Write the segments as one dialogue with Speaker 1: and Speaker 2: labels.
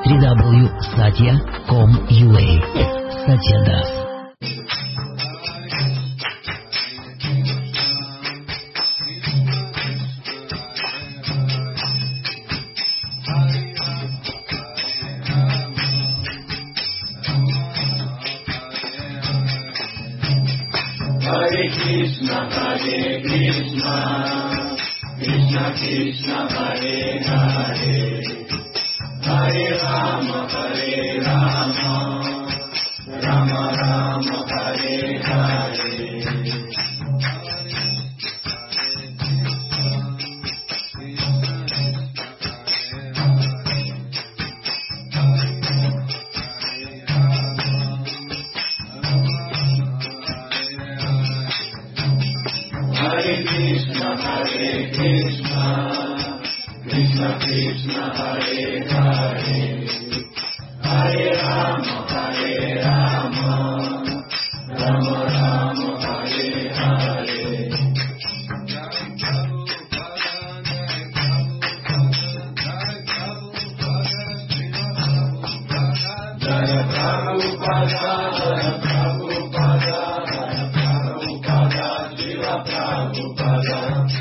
Speaker 1: www.satya.com.ua Satya Das.
Speaker 2: Hare Krishna, Krishna Krishna, Hare Hare, Hare Rama, Rama Rama, Hare Hare. Hare Krishna, Krishna Krishna, Hare Hare, Hare Rama, Rama Rama, Hare Hare. Jaya Prabhupada, Jaya Prabhupada, Jaya Prabhupada, Jaya Prabhupada.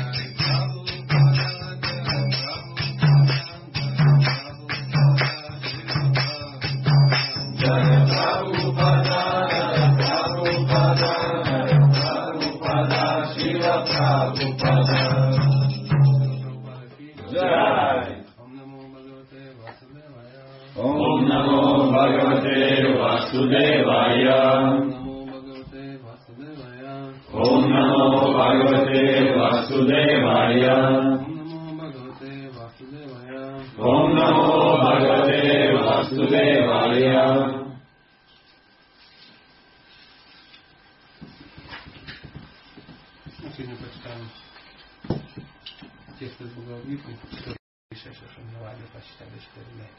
Speaker 2: Jaya Prabhupada, Jaya Prabhupada, Jaya Prabhupada, Jaya Prabhupada. Jai. Om Namo Bhagavate Vasudevaya. Om Namo Bhagavate Vasudevaya. Om Namo Bhagavate Vasudevaya.
Speaker 3: Сегодня прочитаем текст из Бхагавад-гиты, который сейчас Шамнавади прочитали 4 дня.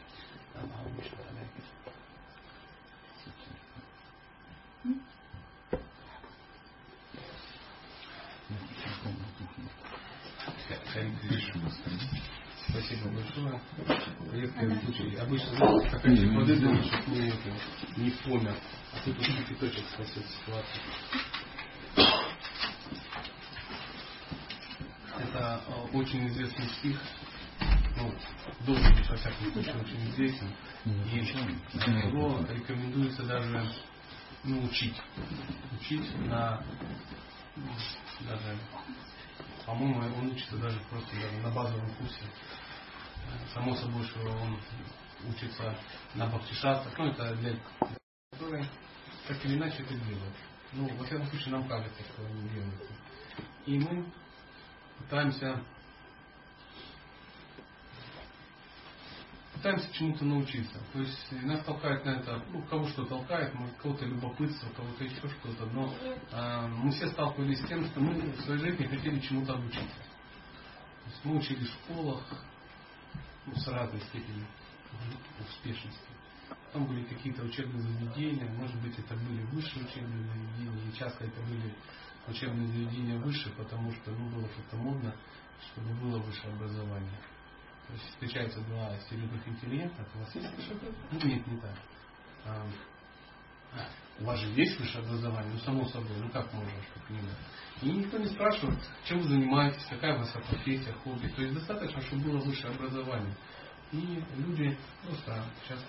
Speaker 3: Спасибо большое. Редкий случай. Обычно, знаете, какая-то подыдумка, чтобы мы не помер. А тут вот кипяточек спасет ситуацию. Это очень известный стих. Ну, должен быть, во всяком случае, очень известен. И его рекомендуется даже учить. Учить на даже, по-моему, он учится даже просто на базовом курсе. Само собой, что он учится на бхакти-шастрах. Ну, это для которые так или иначе это делают. Ну, во всяком случае, нам кажется, что они делают. И мы пытаемся чему-то научиться. То есть нас толкает на это, кого что толкает, может кого-то любопытство, кого-то еще что-то, но мы все сталкивались с тем, что мы в своей жизни хотели чему-то обучиться. То есть мы учились в школах с разной степенью успешности. Там были какие-то учебные заведения, может быть это были высшие учебные заведения, и часто это были учебные заведения выше, потому что было как-то модно, чтобы было высшее образование. То есть встречаются два серьезных интеллигента, у вас есть что-то? Нет, не так. У вас же есть высшее образование, само собой, как можно, чтобы не было. И никто не спрашивает, чем вы занимаетесь, какая у вас профессия, хобби. То есть достаточно, чтобы было высшее образование. И люди просто часто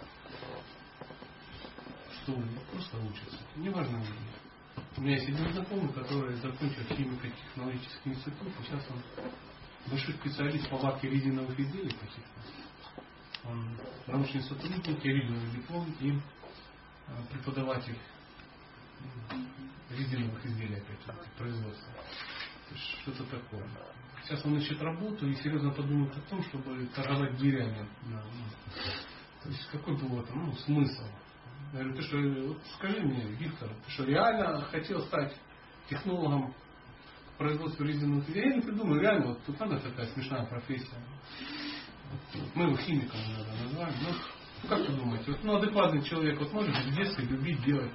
Speaker 3: просто учатся. Неважно где. У меня есть один знакомый, который закончил химико-технологический институт, и сейчас он большой специалист по варке резиновых изделий. Он научный сотрудник, резиновый диплом и преподаватель резиновых изделий, опять производства. Что-то такое. Сейчас он ищет работу и серьезно подумает о том, чтобы торговать дверями. То есть какой был в этом смысл? Я говорю, ты что, скажи мне, Виктор, ты что, реально хотел стать технологом производства резиновых изделий? Я не придумаю, реально, тут надо такая смешная профессия. Мы его химиком называем. Как вы думаете, адекватный человек может в детстве любить делать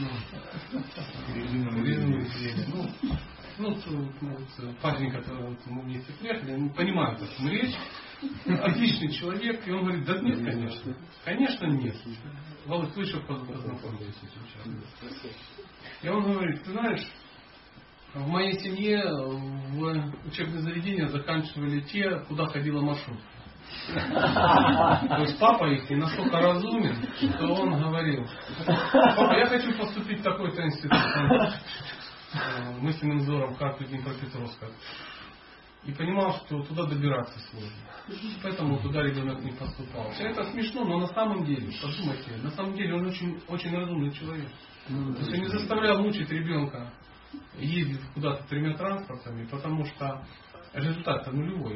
Speaker 3: резиновые изделия? Парень, который мы вместе приехали, понимают, о чем речь. отличный человек. И он говорит, да нет, конечно. Конечно нет. Володь, вы еще познакомитесь с этим человеком. И он говорит, ты знаешь, в моей семье в учебные заведения заканчивали те, куда ходила маршрутка. То есть папа их не настолько разумен, что он говорил, папа, я хочу поступить в такой-то институт. Мысленным взором карту Днепропетровска. И понимал, что туда добираться сложно. Поэтому туда ребенок не поступал. Все это смешно, но на самом деле, подумайте, на самом деле он очень, очень разумный человек. То есть он не заставлял мучить ребенка ездить куда-то 3 транспортами, потому что результат-то нулевой.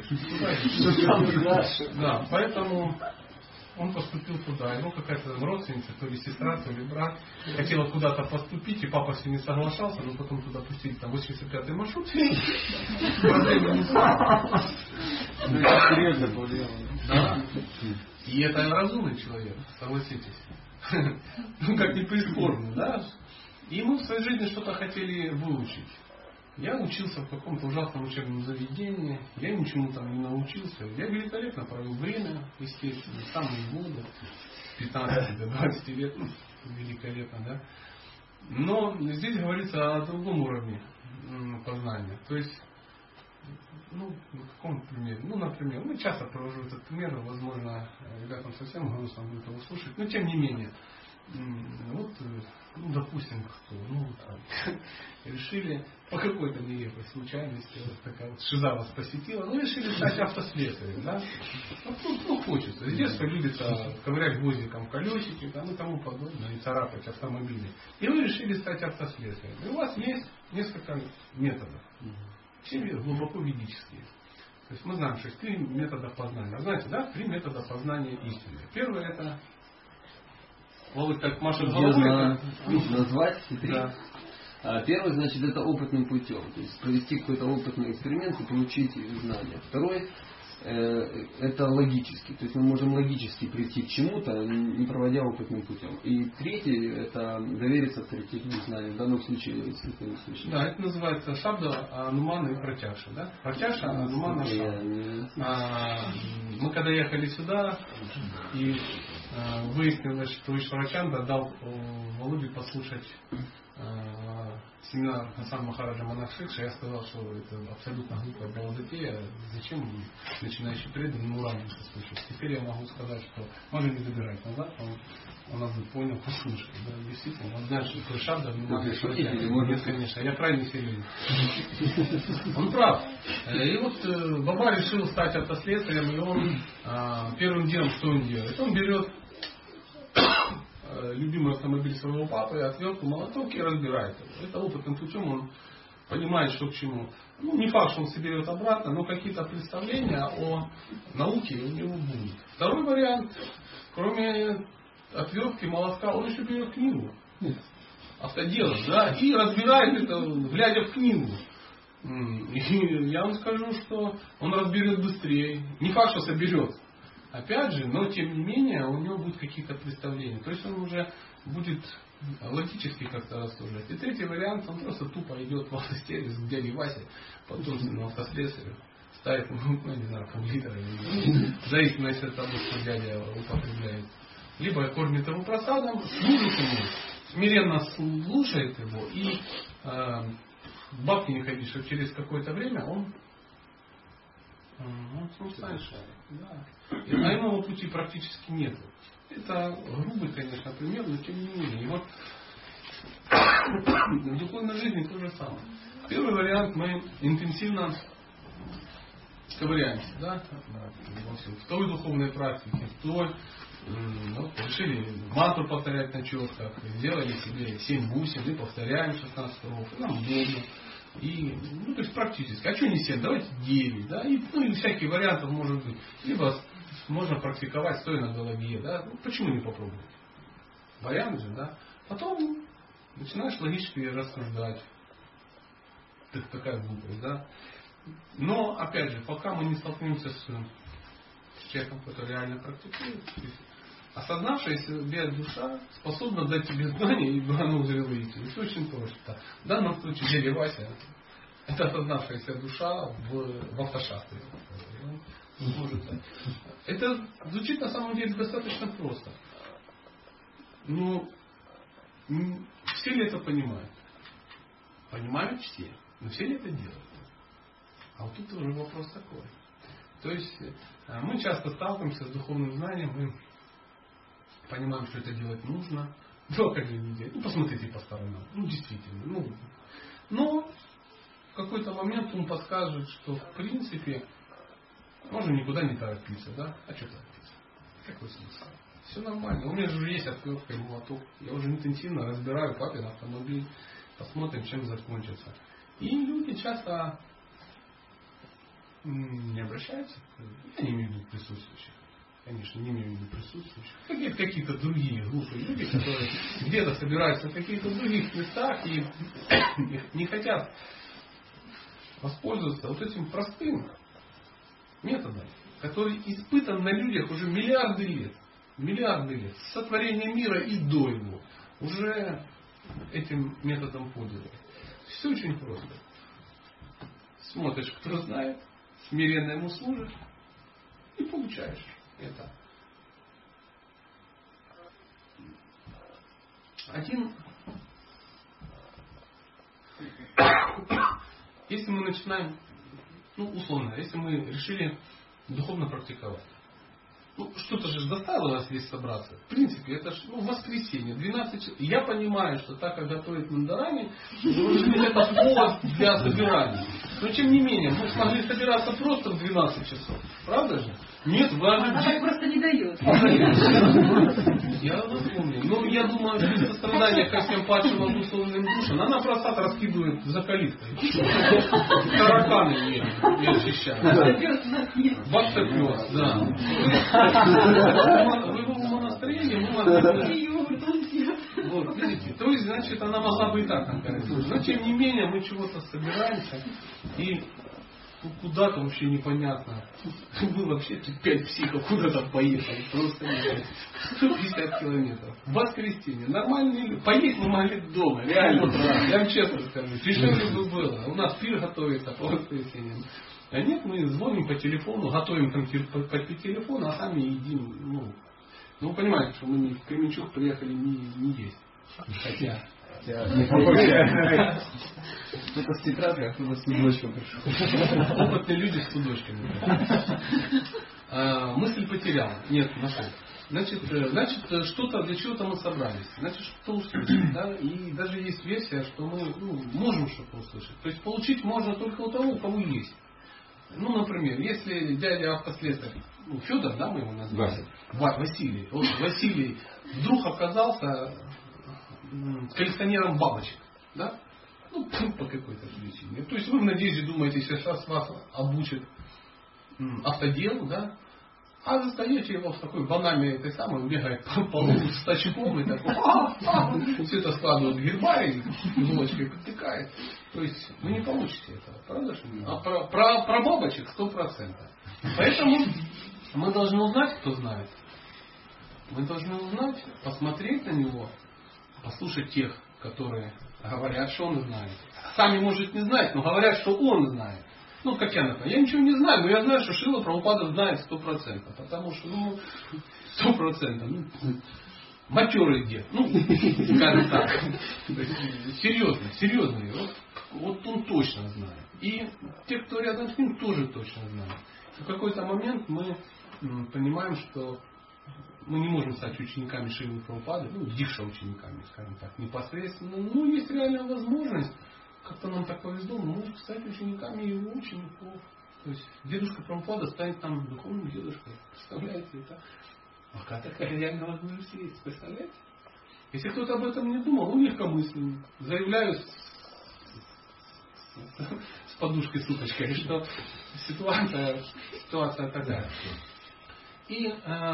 Speaker 3: Да, поэтому он поступил туда. Его какая-то родственница, то ли сестра, то ли брат, хотела куда-то поступить, и папа с ним не соглашался, но потом туда пустили там 85-й маршрут. Проблемы не стало. Да. И это разумный человек, согласитесь. Ну, как не преиспорно, да? И мы в своей жизни что-то хотели выучить. Я учился в каком-то ужасном учебном заведении, я ничему там не научился. Я великолепно провел время, естественно, самые годы, 15 до 20 лет, великолепно, да. Но здесь говорится о другом уровне познания. То есть, ну, на каком примере? Ну, например, часто провожу этот пример, возможно, ребятам совсем грустно будет его слушать, но тем не менее. Вот, ну, допустим, кто, решили по какой-то нелепой случайности, вот такая вот шиза вас посетила, решили стать автослесарем, да? Ну, хочется. С детства любит ковырять гвоздиком колесики, там, и тому подобное, и царапать автомобили. И вы решили стать автослесарем. И у вас есть несколько методов. Все глубоко ведические. То есть мы знаем, что есть 3 метода познания. Знаете, да? 3 метода познания истины. Первое это Володь так машет головой.
Speaker 4: Назвать 3.
Speaker 3: Да.
Speaker 4: Первый, значит, это опытным путем. То есть провести какой-то опытный эксперимент и получить знания. Второй, это логически. То есть мы можем логически прийти к чему-то, не проводя опытным путем. И третий, это довериться авторитетным знаниям. В данном случае,
Speaker 3: да, это называется шабда, анумана и пратяша. Да? Пратяша, анумана, шабда. Мы когда ехали сюда, и выяснилось, что Ишварачанда дал Володе послушать семинар Хасан Махараджа Манакшикша. Я сказал, что это абсолютно глупая баладотея. Зачем начинающий преданный уранить послушать? Теперь я могу сказать, что можно не забирать назад, он нас понял, послушать. Да, действительно, он знает, что такое шабда. Нет, конечно, я крайне серьезен. Он прав. И вот Баба решил стать автослесарем, и он первым делом, что он делает? Он берет любимый автомобиль своего папы, отвертку, молоток и разбирает его. Это опытным путем он понимает, что к чему. Ну, не факт, что он соберет обратно, но какие-то представления о науке у него будут. Второй вариант, кроме отвертки, молотка, он еще берет книгу. Автодело, да, и разбирает это, глядя в книгу. И я вам скажу, что он разберет быстрее. Не факт, что соберет. Опять же, но тем не менее у него будут какие-то представления. То есть он уже будет логически как-то рассуждать. И третий вариант, он просто тупо идет в автосервис к дяде Васе, потомственному автослесарю, ставит, ну, не знаю, пол-литра, в зависимости от того, что дядя употребляет. Либо кормит его просадом, служит ему, смиренно слушает его, и бабки не ходи, что через какое-то время он станет. Да. И иного пути практически нет. Это грубый, конечно, пример, но тем не менее. И вот в духовной жизни то же самое. Первый вариант, мы интенсивно ковыряемся, да, в той духовной практике, в той, решили мантру повторять на четках, сделали себе 7 бусин и повторяем 16 кругов, и нам удобно. И, то есть практически. А что не 7? Давайте 9. Да? И всякие варианты может быть. Либо можно практиковать стоя на голове. Да? Почему не попробовать? Вариант же, да? Потом начинаешь логически рассуждать. Это такая глупость, да? Но, опять же, пока мы не столкнемся с человеком, который реально практикует, осознавшая себе душа способна дать тебе знания и оно узрело истину. Это очень просто. В данном случае дядя Вася — это осознавшаяся душа в автошахте. Может так. Это звучит на самом деле достаточно просто. Но все ли это понимают? Понимают все. Но все ли это делают? А вот тут уже вопрос такой. То есть мы часто сталкиваемся с духовным знанием, мы понимаем, что это делать нужно. Ну, как же не делать? Ну, посмотрите по сторонам. Ну, действительно. Но в какой-то момент ум подскажет, что в принципе можно никуда не торопиться, да? А что торопиться? Какой смысл? Все нормально. У меня же уже есть отвертка и молоток. Я уже интенсивно разбираю папин автомобиль. Посмотрим, чем закончится. И люди часто не обращаются. Я не имею в виду присутствующих. Конечно, не имею в виду присутствующих. Какие-то другие глупые люди, которые где-то собираются в каких-то других местах и не хотят воспользоваться вот этим простым методом, который испытан на людях уже миллиарды лет. Миллиарды лет. С сотворения мира и до его. Уже этим методом пользовались. Все очень просто. Смотришь, кто знает, смиренно ему служишь и получаешь это. Если мы начинаем, условно, если мы решили духовно практиковать, что-то же заставило нас здесь собраться. В принципе, это же воскресенье, 12 часов. Я понимаю, что так как готовит Мандарами, это повод для собирания. Но тем не менее, мы смогли собираться просто в 12 часов. Правда же? Нет,
Speaker 5: Она так просто не дает.
Speaker 3: Я напомню. Я думаю, что сострадание ко всем падшим обусловленным душам, она просто раскидывает за калиткой. Тараканы не очищают. Ватсапёс, да. В его умонастроении мы могли... Вот, видите? То есть, значит, она могла бы и так конкурировать. Но, тем не менее, мы чего-то собираемся и куда-то вообще непонятно. Мы вообще 5 психов куда-то поехали. Просто не знаю. 150 километров. В воскресенье. Нормальные люди. Поесть мы могли дома. Реально. Я вам честно скажу. Дешевле бы было. У нас пир готовится по воскресеньям. А нет, мы звоним по телефону, готовим там по телефону, а сами едим. Вы понимаете, что мы не в Кременчуг приехали не есть. Хотя
Speaker 4: не получается. Кто-то с тетрадкой, а кто-то с судочком пришел.
Speaker 3: Опытные люди с судочками. Мысль потерял. Нет, нашел. Значит, что-то для чего-то мы собрались. Значит, что-то услышать. Да? И даже есть версия, что мы можем что-то услышать. То есть получить можно только у того, у кого есть. Например, если дядя автослесарь, Федор, да, мы его назвали? Василий. Вот Василий вдруг оказался коллекционером бабочек. Да? По какой-то причине. То есть вы в надежде думаете, сейчас вас обучат автоделу, да? А застаете его в такой банальной этой самой, бегает по полу с тачком и такой, все это складывает в гербарий, иголочкой подтыкает. То есть вы не получите этого, правда же? А про бабочек 100%. Поэтому мы должны узнать, кто знает. Мы должны узнать, посмотреть на него, послушать тех, которые говорят, что он знает. Сами, может, не знают, но говорят, что он знает. Как я, например. Я ничего не знаю, но я знаю, что Шрила Прабхупада знает 100%. Потому что, 100%. Матерый дед. Скажем так. Серьезный. Вот он точно знает. И те, кто рядом с ним, тоже точно знают. В какой-то момент мы понимаем, что мы не можем стать учениками Шрилы Прабхупады, дикша учениками, скажем так, непосредственно. Есть реальная возможность. Как-то нам так повезло, мы можем стать учениками его учеников. То есть дедушка Прабхупада станет там духовным дедушкой. Представляете это? Пока такая реальная возможность есть. Представляете? Если кто-то об этом не думал, легкомысленно. Заявляю с подушкой с уточкой, что ситуация такая. И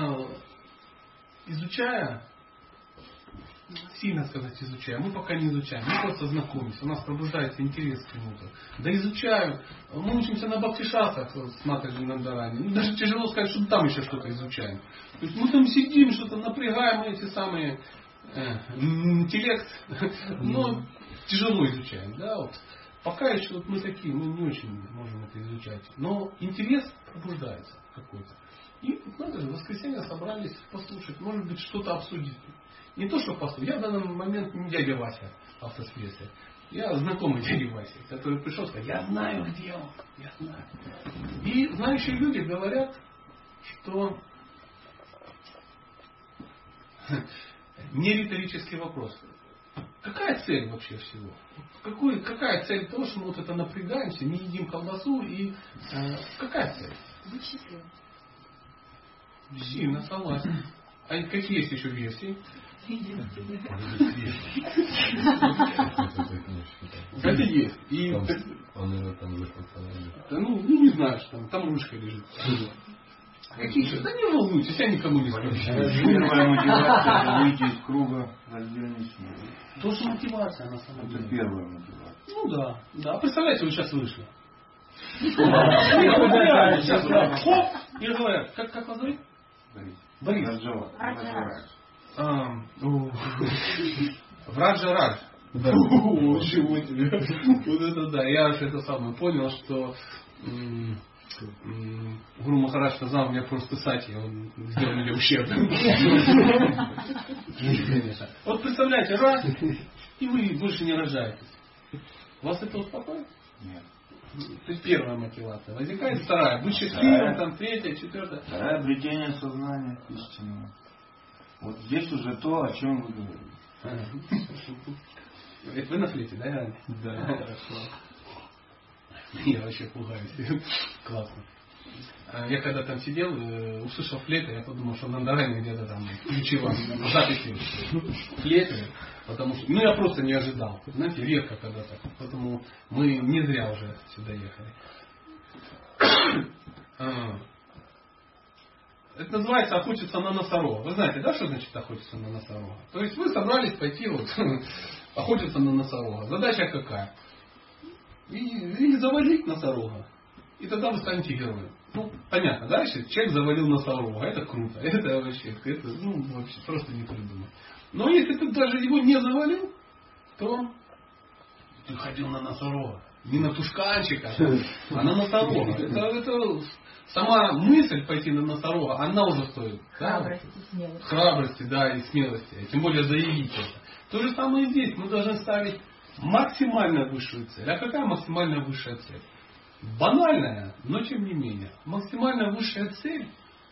Speaker 3: изучая, сильно сказать изучаем, мы пока не изучаем, мы просто знакомимся, у нас пробуждается интерес к чему-то. Да изучаю, мы учимся на бхакти-шастрах с Матаджи Нандарани. Даже тяжело сказать, что там еще что-то изучаем. То есть мы там сидим, что-то напрягаем эти самые интеллект, но тяжело изучаем. Да, вот. Пока еще мы такие, мы не очень можем это изучать. Но интерес пробуждается. какой-то. И надо же, в воскресенье собрались послушать, может быть, что-то обсудить. Не то, что послушать. Я в данный момент не дядя Вася автосвета. Я знакомый дяде Васе, который пришел и сказал, я знаю, где он. Я знаю. И знающие люди говорят, что не риторический вопрос. Какая цель вообще всего? Какая цель того, что мы вот это напрягаемся, не едим колбасу и какая цель?
Speaker 5: Быть счастливым.
Speaker 3: Сильно согласен. А какие есть еще версии? Это есть. И
Speaker 2: Он его там захватил.
Speaker 3: да, не знаю, что там ручка лежит. Какие еще? Да не волнуйтесь, я никому не скажу.
Speaker 6: Первая мотивация — это выйти из круга раздельности.
Speaker 3: Тоже мотивация на самом
Speaker 6: Это
Speaker 3: деле.
Speaker 6: первая мотивация.
Speaker 3: Ну да. Да. Представляете, вы сейчас вышли. Сейчас хоп, и говорят, как вас зовут? Борис.
Speaker 6: Раджават.
Speaker 3: Враджа Радж. Чего тебе? Вот это да. Я аж это самое понял, что Гуру Махарадж сказал мне просто сати, он сделал мне ущерб. Вот представляете, раз, и вы больше не рожаетесь. Вас это успокоит?
Speaker 6: Нет.
Speaker 3: То есть первая мотивация. Возникает вторая. Быть счастливым, там третья, четвертая.
Speaker 6: Второе — обретение сознания истинного. Вот здесь уже то, о чем вы говорите.
Speaker 3: Это вы на флейте, да, Иране?
Speaker 6: Да.
Speaker 3: Хорошо. Я вообще пугаюсь. Классно. Я когда там сидел, услышал флейту, я подумал, что Нандарайна где-то там включила записи флейты, потому что, я просто не ожидал. Знаете, редко когда так. Поэтому мы не зря уже сюда ехали. Это называется охотиться на носорога. Вы знаете, да, что значит охотиться на носорога? То есть вы собрались пойти охотиться на носорога. Задача какая? И завалить носорога. И тогда вы станете героем. Понятно, да? Человек завалил носорога. Это круто. Это вообще просто не придумать. Но если ты даже его не завалил, то ты ходил на носорога. Не на тушканчика, а на носорога. Это сама мысль пойти на носорога, она уже стоит.
Speaker 5: Храбрости, смелости.
Speaker 3: Храбрости, да, и смелости. Тем более заявить это. То же самое и здесь. Мы должны ставить максимально высшую цель. А какая максимально высшая цель? Банальная, но тем не менее. Максимально высшая цель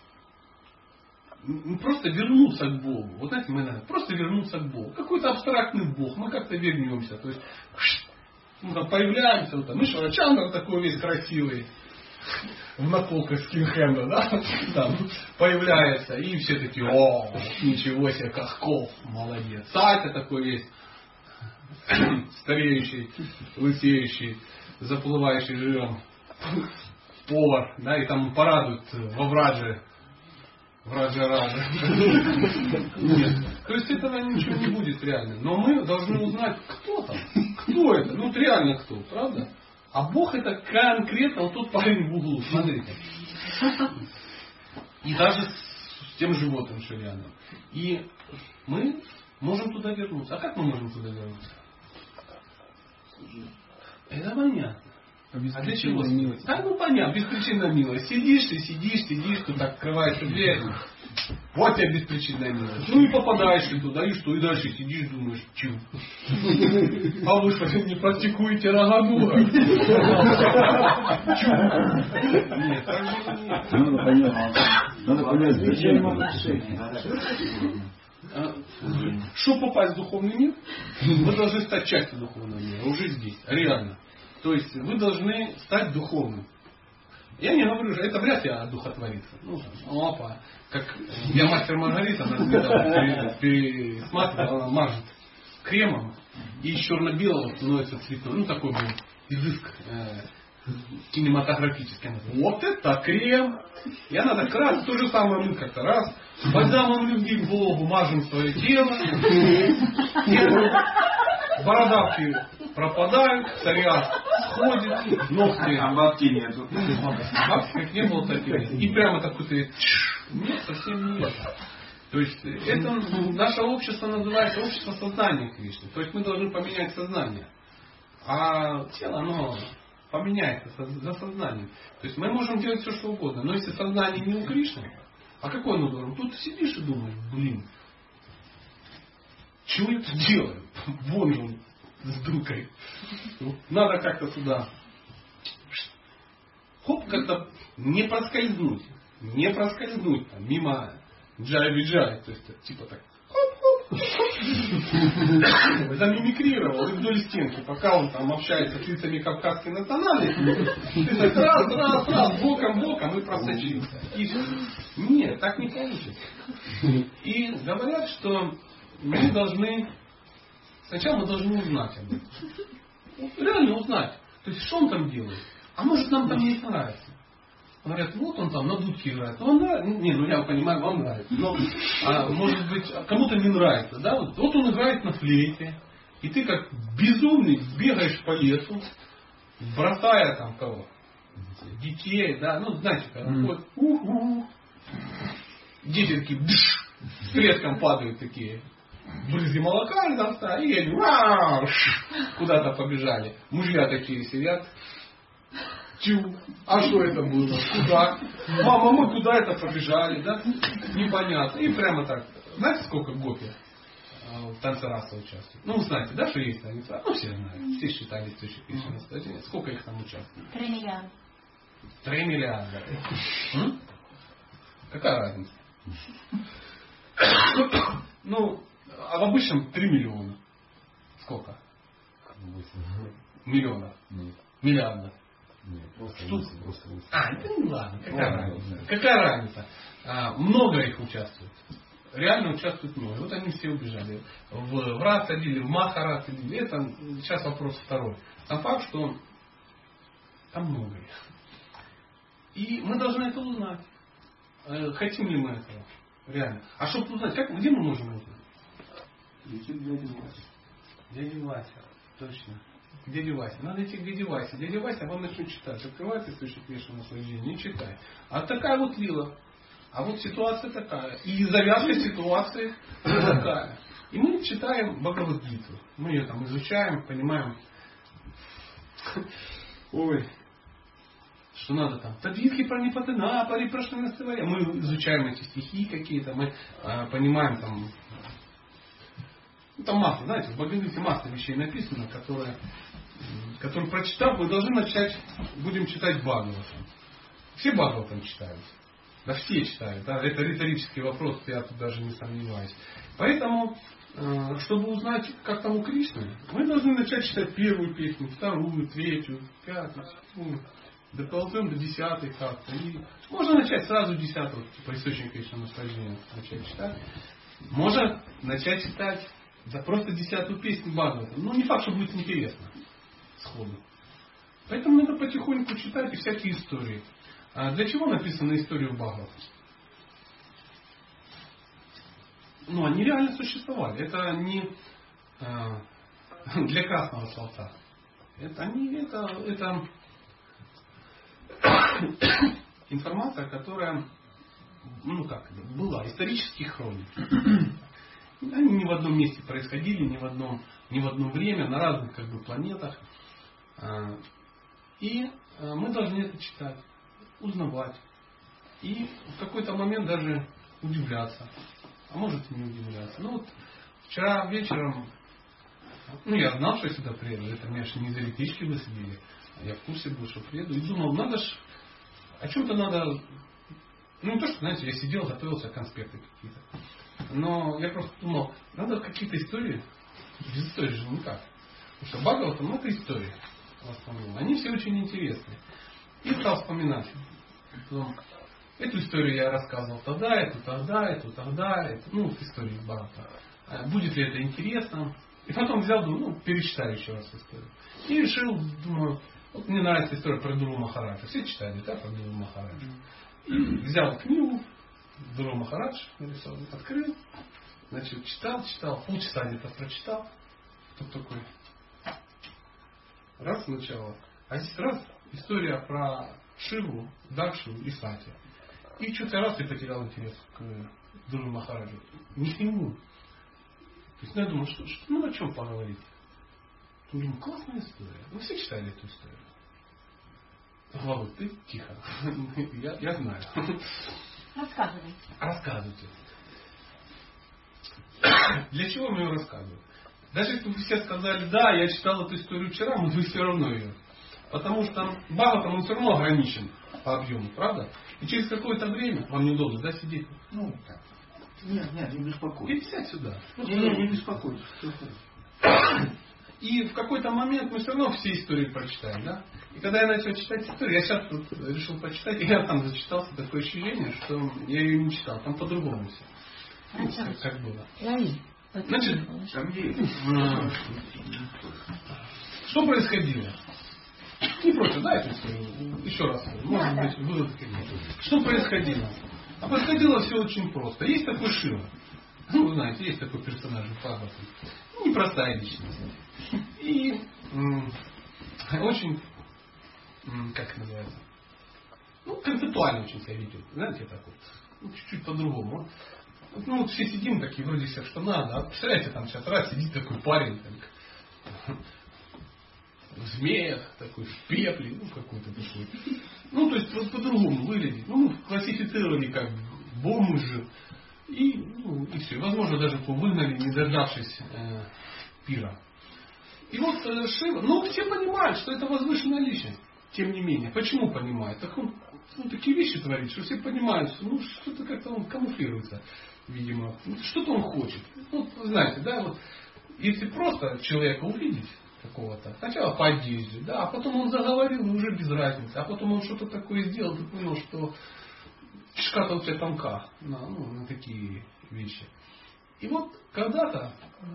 Speaker 3: просто вернуться к Богу. Вот знаете, мы просто вернуться к Богу. Какой-то абстрактный Бог. Мы как-то вернемся. То есть мы там появляемся. Вот, там Ишварачандра такой весь красивый. В наколках скинхенда, да? Там появляется. И все такие, о, ничего себе, Кахков, молодец. Сатя такой весь. Стареющий, лысеющий, заплывающий жиром повар, да, и там порадуют во Врадже Раджа. Нет. То есть этого ничего не будет реально. Но мы должны узнать, кто там, кто это, реально кто, правда? А Бог это конкретно вот тот парень в углу, смотрите. И даже с тем животным, что рядом. И мы можем туда вернуться. А как мы можем туда вернуться? Это понятно. А для чего милость? Да, понятно, беспричинная милость. Сидишь, тут так открываешь дверь. Вот тебе беспричинная милость. И попадаешь ты туда, и что? И дальше сидишь, думаешь, чу. А вы что, не практикуете Рагадура? Чу. Нет, так же нет.
Speaker 6: Надо понять, зачем
Speaker 3: Чтобы попасть в духовный мир, вы должны стать частью духовного мира. Уже здесь, реально. То есть вы должны стать духовным. Я не говорю, что это вряд ли одухотворится. Как я мастер Маргарита, она пересматривала, она мажет кремом и из черно-белого становится цветной. Такой был изыск кинематографический. Вот это крем! И она так раз, то же самое мы как-то раз. Бальзамом любви к Богу мажем свое тело. Бородавки пропадают, псориаз сходит, ногти.
Speaker 6: А бабки нету.
Speaker 3: Бабки как не было, так и нет. И прямо такой ты. Нет, совсем не это. То есть это наше общество называется общество сознания Кришны. То есть мы должны поменять сознание. А тело, оно поменяется за сознанием. То есть мы можем делать все, что угодно, но если сознание не у Кришны, а какой оно должен? Тут сидишь и думаешь, блин, чего я тут делаю? Вон же он с дуркой. Надо как-то сюда. Хоп, как-то не проскользнуть там, мимо джай-виджай, то есть типа так. Замимикрировал и вдоль стенки, пока он там общается с лицами кавказской национальности, ты так раз, боком и просочился. И все. Нет, так не получится. И говорят, что мы должны, сначала мы должны узнать об этом. Реально узнать. То есть, что он там делает. А может, нам там не нравится. Говорят, вот он там на дудке играет. Ну, он нравится. Не, ну я понимаю, вам нравится. Но, может быть, кому-то не нравится. Да? Вот он играет на флейте. И ты как безумный бегаешь по лесу, бросая там кого? Детей, да. Ну, знаете, когда он ходит, дети такие, с плеском падают такие. Брызги молока там стоят, и они куда-то побежали. Мужья такие сидят. Тю, а что это было? Куда? Мама, мы куда это побежали, да? Непонятно. И прямо так. Знаете, сколько гопи в танце раса участвуют? Ну, вы знаете, да, что есть танец раса? Ну, все знают. Все считали источник Кришны. Сколько их там участвует?
Speaker 5: 3 миллиарда.
Speaker 3: 3 миллиарда. Какая разница? Ну, а в обычном 3 миллиона. Сколько? Миллионов. Миллиардов. Штук. Ну ладно, какая разница? Какая разница? Много их участвует. Реально участвует много. Вот они все убежали. В Рас ходили, в Маха Рас ходили. Это сейчас вопрос второй. Сам факт, что там много их. И мы должны это узнать. Хотим ли мы этого? Реально. А чтобы узнать, где мы можем узнать? Дядя Вася. Точно. К дяде Васе. Надо идти к дяде Васе. Дядя Вася вам начнет читать. Открывается источник вечного наслаждения, не читай. А такая вот лила. А вот ситуация такая. И завязка ситуации такая. И мы читаем Бхагавад-гиту. Мы ее там изучаем, понимаем. Ой. Что надо там? Тадвитхи пранипатана, парипрашнанастывая. Мы изучаем эти стихи какие-то. Мы понимаем там. Ну, там масса, знаете, в Бхагавад-гите масса вещей написано, которые прочитав, мы должны начать, будем читать Бхагаватам. Все Бхагаватам читают. Да все читают. Да? Это риторический вопрос, я тут даже не сомневаюсь. Поэтому, чтобы узнать, как там у Кришны, мы должны начать читать первую песню, вторую, третью, пятую, седьмую. Доползем до 10-й как-то. И можно начать сразу 10-ю, типа источник вечного наслаждения начать читать. Можно начать читать да просто 10-ю песню Бхагавата. Ну, не факт, что будет интересно сходу. Поэтому надо потихоньку читать и всякие истории. А для чего написаны истории в Бхагавата? Ну, они реально существовали. Это не для красного словца. Это информация, которая была, исторические хроники. Они не в одном месте происходили, не в одно время, на разных планетах. И мы должны это читать, узнавать. И в какой-то момент даже удивляться. А может и не удивляться. Ну вот вчера вечером, я знал, что я сюда приеду. Это, конечно, не из электрички высадили. Я в курсе был, что приеду. И думал, надо ж, о чем-то надо. Ну не то, что, знаете, я сидел, готовился, конспекты какие-то. Но я просто думал, надо какие-то истории. Без истории же никак. Потому что Бхагаватам это истории. В основном. Они все очень интересные. И стал вспоминать. Эту историю я рассказывал тогда, эту тогда. Историю Бхагавата. Будет ли это интересно? И потом взял, думаю, перечитаю еще раз историю. И решил, думаю, вот мне нравится история про Дуру Махараджа. Все читали, да, про Дуру Махараджа. И взял книгу, Дуру Махарадж нарисовал, открыл, значит, читал, полчаса где-то прочитал. Тут такой, раз сначала, а здесь раз история про Шиву, Дакшу и Сати. И что-то раз я потерял интерес к Дуру Махараджу. Не к нему. То есть я думал, что о чем поговорить. Думаю, классная история. Вы все читали эту историю. Володь, ты тихо. Я знаю.
Speaker 5: Рассказывайте.
Speaker 3: Рассказывайте. Для чего мне ее рассказывать? Даже если бы все сказали, да, я читал эту историю вчера, но вы все равно ее. Потому что Бхагаватам он все равно ограничен по объему, правда? И через какое-то время, вам неудобно, да, сидеть?
Speaker 6: Ну, так. Нет, не беспокойся.
Speaker 3: И сядь сюда.
Speaker 6: Не беспокойся.
Speaker 3: И в какой-то момент мы все равно все истории прочитаем, да? И когда я начал читать историю, я сейчас тут решил почитать, и я там зачитался, такое ощущение, что я ее не читал, там по-другому все. Ну, как было. Значит, что происходило? Не против, да, эту историю? Еще раз, может быть, вывод какой-то. Что происходило? А происходило все очень просто. Есть такой Шива. Ну, вы знаете, есть такой персонаж в Бхагаватам. Непростая личность. И очень, как это называется, ну, концептуально очень себя ведет. Знаете, так вот, ну, чуть-чуть по-другому. Ну, вот все сидим такие, вроде всех, что надо. А представляете, там сейчас раз сидит такой парень, так, в змеях, такой, в пепле, ну, какой-то такой. Ну, то есть, вот по-другому выглядит. Ну, классифицировали как бомж. И все. Возможно, даже выгнали, не дождавшись пира. И вот Шива, ну, все понимают, что это возвышенная личность. Тем не менее. Почему понимают? Так он такие вещи творит, что все понимают, ну, что-то как-то он камуфлируется, видимо. Что-то он хочет. Вот, знаете, да, вот, если просто человека увидеть, какого-то, сначала по одежде, да, а потом он заговорил, и уже без разницы, а потом он что-то такое сделал, ты понял, что кишка-то у тебя тонка на такие вещи. И вот когда-то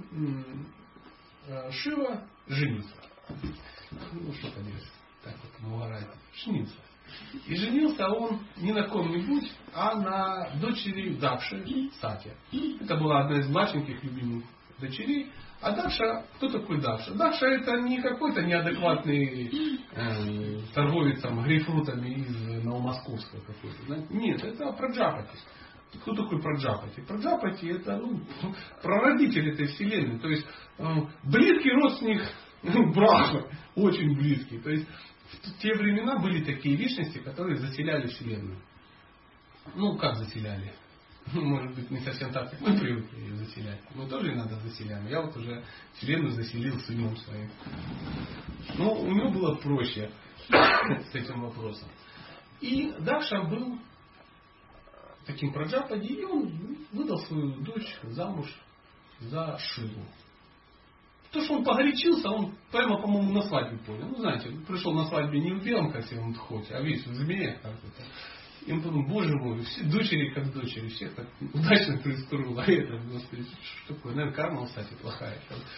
Speaker 3: Шива женился. Ну, что поделать, так вот Махарадж женился. И женился он не на ком-нибудь, а на дочери Дакши Сати. Это была одна из младшеньких любимых дочерей. А Дакша, кто такой Дакша? Дакша это не какой-то неадекватный торговец грейпфрутами из Новомосковска какой-то. Да? Нет, это Праджапати. Кто такой Праджапати? Праджапати это прародитель этой вселенной. То есть близкий родственник Брахмы. Очень близкий. То есть в те времена были такие личности, которые заселяли вселенную. Ну, как заселяли? Может быть, не совсем так, как мы привыкли ее заселять. Мы тоже иногда заселяем. Я вот уже вселенную заселил сыном своим. Но у него было проще с этим вопросом. И Дакша был таким Праджапати, и он выдал свою дочь замуж за Шиву. То, что он погорячился, он прямо, по-моему, на свадьбе понял. Ну, знаете, пришел на свадьбе не в белом красивом хоте, а весь в змеях как-то. И он подумал, боже мой, все дочери как дочери, всех так удачно пристроил. А это, господи, что такое? Наверное, карма, кстати, плохая.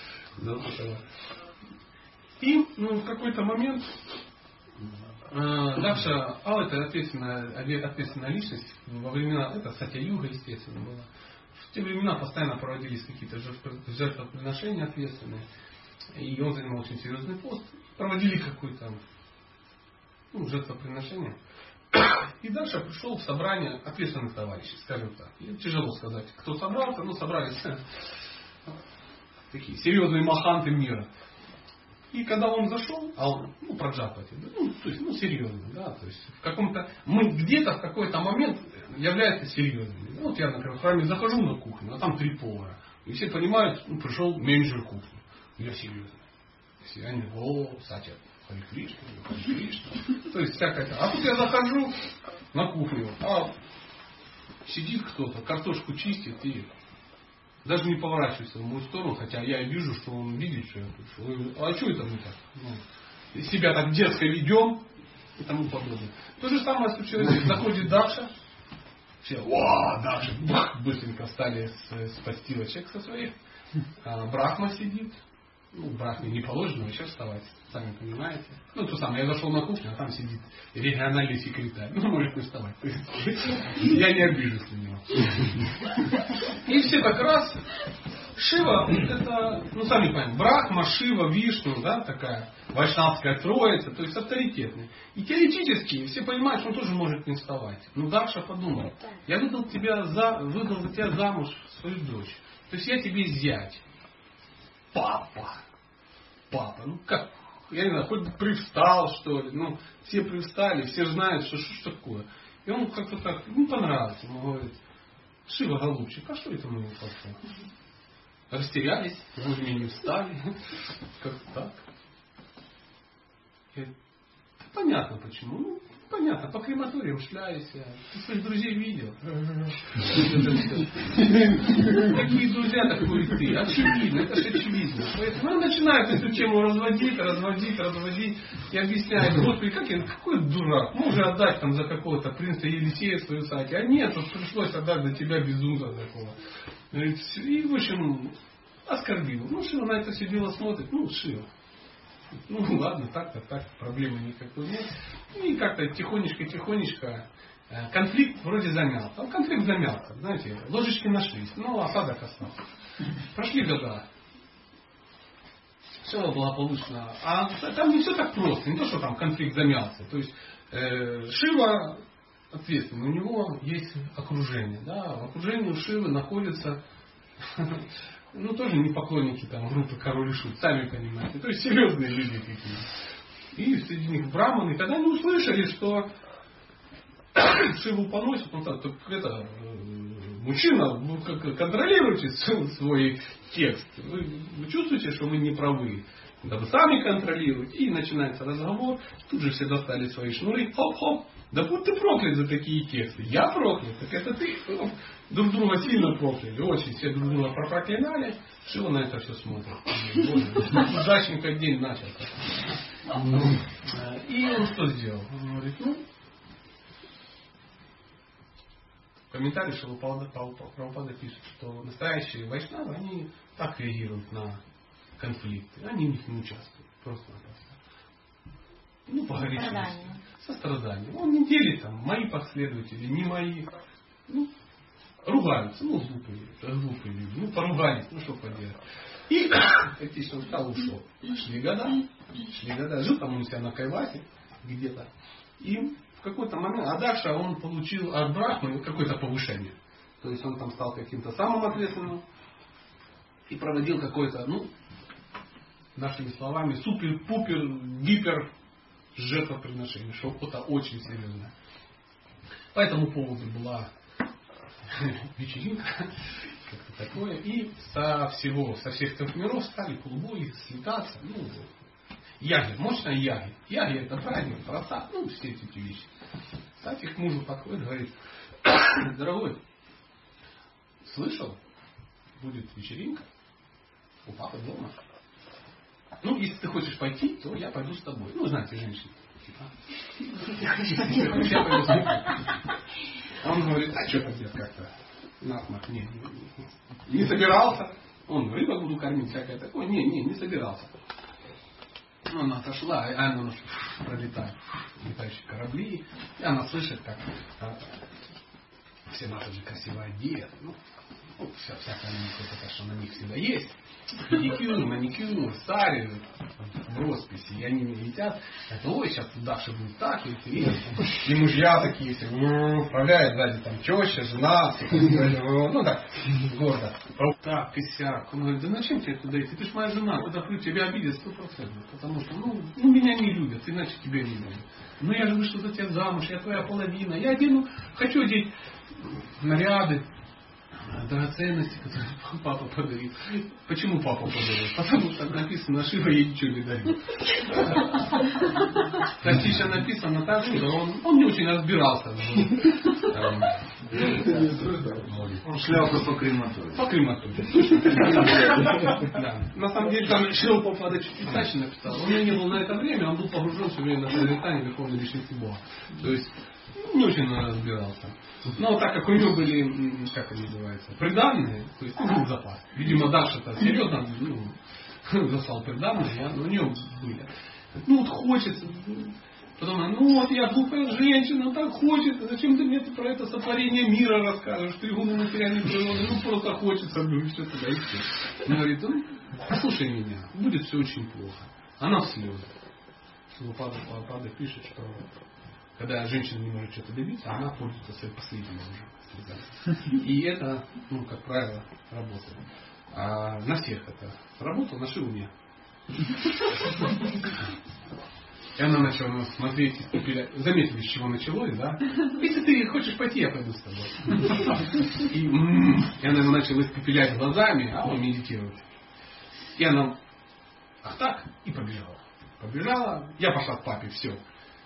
Speaker 3: И в какой-то момент Дакша, это ответственная личность, во времена, это Сатья-юга, естественно, была. В те времена постоянно проводились какие-то жертвоприношения ответственные. И он занимал очень серьезный пост. Проводили какое-то жертвоприношение. И дальше пришел в собрание ответственных товарищей, скажем так. И тяжело сказать, кто собрался, но собрались такие серьезные маханты мира. И когда он зашел, а он, Праджапати, то есть, серьезный, да, то есть в каком-то, мы где-то в какой-то момент является серьезными. Вот я, например, в храме захожу на кухню, а там 3 повара. И все понимают, пришел менеджер кухни. Я серьезный. Все они, Сатя, Хари Кришна. То есть всякое. А тут я захожу на кухню, а сидит кто-то, картошку чистит и даже не поворачивается в мою сторону, хотя я вижу, что он видит, что я пришел. А что это мы так? Себя так детско ведем и тому подобное. То же самое случилось, заходит Дакша. Все, Дакша, быстренько встали с подстилочек со своих. Брахма сидит. Брахме не положено еще вставать, сами понимаете. То самое, я зашел на кухню, а там сидит региональный секретарь. Может не вставать. Я не обижусь на него. И все так раз. Шива, это, сами понимаете, Брахма, Шива, Вишну, да, такая вайшнавская троица, то есть авторитетные. И теоретически все понимают, что он тоже может не вставать. Дакша подумал, я выдал за тебя замуж свою дочь. То есть я тебе зять. Папа. Как я не знаю, хоть привстал, что ли. Ну, все привстали, все знают, что такое. И он как-то так, понравилось. Ему говорит, Шива, голубчик, а что это мы не послали? Растерялись, вовремя не встали. Как так? Понятно почему. Ну, понятно, по крематориям шляюсь. Ты своих друзей видел? Какие друзья, такой и ты. Очевидно, это же очевидно. Поэтому он начинает эту тему разводить и объясняет, Господи, какой дурак. Можно отдать там за какого-то принца Елисея свою саки. А нет, вот пришлось отдать за тебя безумца такого. И в общем, оскорбил. Ну, Шива на это все дело смотрит. Ну, Шива. Ну ладно, так, проблемы никакой нет. И как-то тихонечко конфликт вроде замялся. А конфликт замялся, знаете, ложечки нашлись, но осадок остался. Прошли года. Все благополучно. А там не все так просто. Не то, что там конфликт замялся. То есть Шива ответственный, у него есть окружение. Да? В окружении у Шивы находится тоже не поклонники там группы Король и Шут, сами понимаете. То есть серьезные люди какие-то. И среди них браманы, когда они услышали, что Шиву поносит, мужчина, контролируйте свой текст. Вы чувствуете, что вы не правы. Да вы сами контролируете. И начинается разговор. Тут же все достали свои шнуры. Хоп-хоп. Да будь ты проклят за такие тексты. Я проклят. Так это ты. Друг друга сильно прокляли. Очень все друг друга проклинали. Шива на это все смотрит. Удачненько день начал. И он что сделал? Он говорит, в комментарии Шила Прабхупада пишет, что настоящие вайшнавы, они так реагируют на конфликты. Они в них не участвуют. Просто-напросто. Погорячились. Состраданием. Он не делит там, мои последователи, не мои. Ругаются. Глупые люди. Поругались. Что поделать. И фактически он встал, ушел. Шли года. Жил там он у себя на Кайвасе где-то. И в какой-то момент, а дальше он получил от Брахмы какое-то повышение. То есть он там стал каким-то самым ответственным. И проводил какое-то, нашими словами, супер-пупер, гипер жертвоприношение. Что-то очень серьезное. По этому поводу была вечеринка, как-то такое. И со всех трех миров стали клубы слетаться. Яги, мощная яги. Яги это праздник, проста, все эти вещи. Кстати, к мужу подходит, говорит, дорогой, слышал, будет вечеринка у папы дома. Если ты хочешь пойти, то я пойду с тобой. Знаете, женщины. Я пойду с тобой. Он говорит, а что там как-то насморк? Не собирался. Он рыбок буду кормить, всякое такое. Не собирался. Она отошла, и она пролетает. Летающие корабли. И она слышит, как все наши же красиво одеты. Всякое что на них всегда есть. Педикюр, маникюр, сари в росписи. И они не летят. Это, сейчас Даша будет так, и мужья такие все управляют сзади, там теща, жена, так, гордо. Так, и сяк. Он говорит, да зачем тебе туда идти? Ты ж моя жена, туда плюнь, тебя обидят 100%. Потому что, меня не любят, иначе тебя не любят. Я же вышла за тебя замуж, я твоя половина. Я хочу одеть наряды, драгоценности, которые папа подарил. Почему папа подарил? Потому что написано, Шива ей ничего не дарил. Тактично написано так, что он не очень разбирался.
Speaker 6: Он шлялся по крематорию.
Speaker 3: По крематорию. На самом деле там Шрила Прабхупада чуть иначе написал. Он не был на это время, он был погружен все время на созерцание Верховной Личности Бога. То есть не очень разбирался. Но так как у него были, как это называется, приданные, то есть был запас. Видимо, Даша-то серьезно застал приданные, но у него были. Хочется. Потом, я глупая женщина, так хочется. Зачем ты мне про это сотворение мира расскажешь? Ты игуну материальной природы, просто хочется, все туда идти. Он говорит, послушай меня, будет все очень плохо. Она в слезы. Прабхупада пишет, что когда женщина не может что-то добиться, она пользуется своей последней слезами. И это, как правило, работает. А на всех это сработало, на Шиву нет. И она начала смотреть, заметили, с чего началось, да? Если ты хочешь пойти, я пойду с тобой. И она ему начала испепелять глазами, а он медитирует. И она, ах так, и побежала. Побежала, я пошла к папе, все.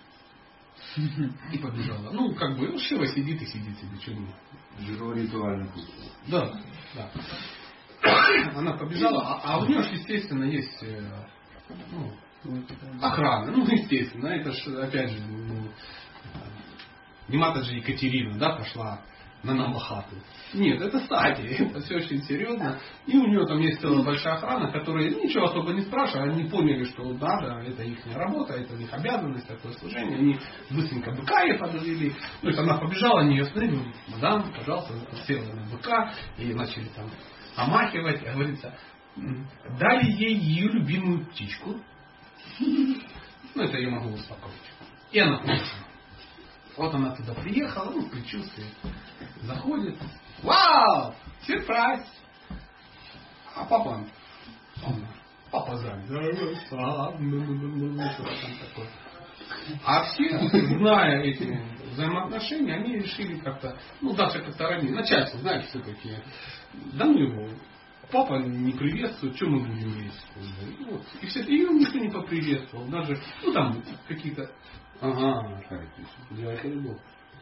Speaker 3: И побежала. Ну, как бы, Шива сидит и сидит себе, что-нибудь.
Speaker 6: Ритуальный путь.
Speaker 3: Да, да. Она побежала, а у нее же, естественно, есть охрана. Ну, естественно, это же, опять же, не Матаджи Екатерина, да, пошла на Намахату. Нет, это Сати, это все очень серьезно. И у нее там есть целая большая охрана, которые ничего особо не спрашивают, они поняли, что надо, это их работа, это их обязанность, такое служение. Они быстренько быка ей подвели. То есть она побежала, они ее остановили, мадам, пожалуйста, села на быка, и начали там омахивать, и говорится, дали ей ее любимую птичку. Ну, это я могу успокоить. И она поехала. Вот она туда приехала, ну, в предчувствии. Заходит. Вау! Сюрприз! А папа занят. Что там такое? А все, зная эти взаимоотношения, они решили как-то, ну, Даша как-то ранее, начальство, знаете, все такие. Да ну его. Папа не приветствует, что мы будем есть? Вот. И все, ее никто не поприветствовал. Даже, ну там какие-то... Ага, спасибо.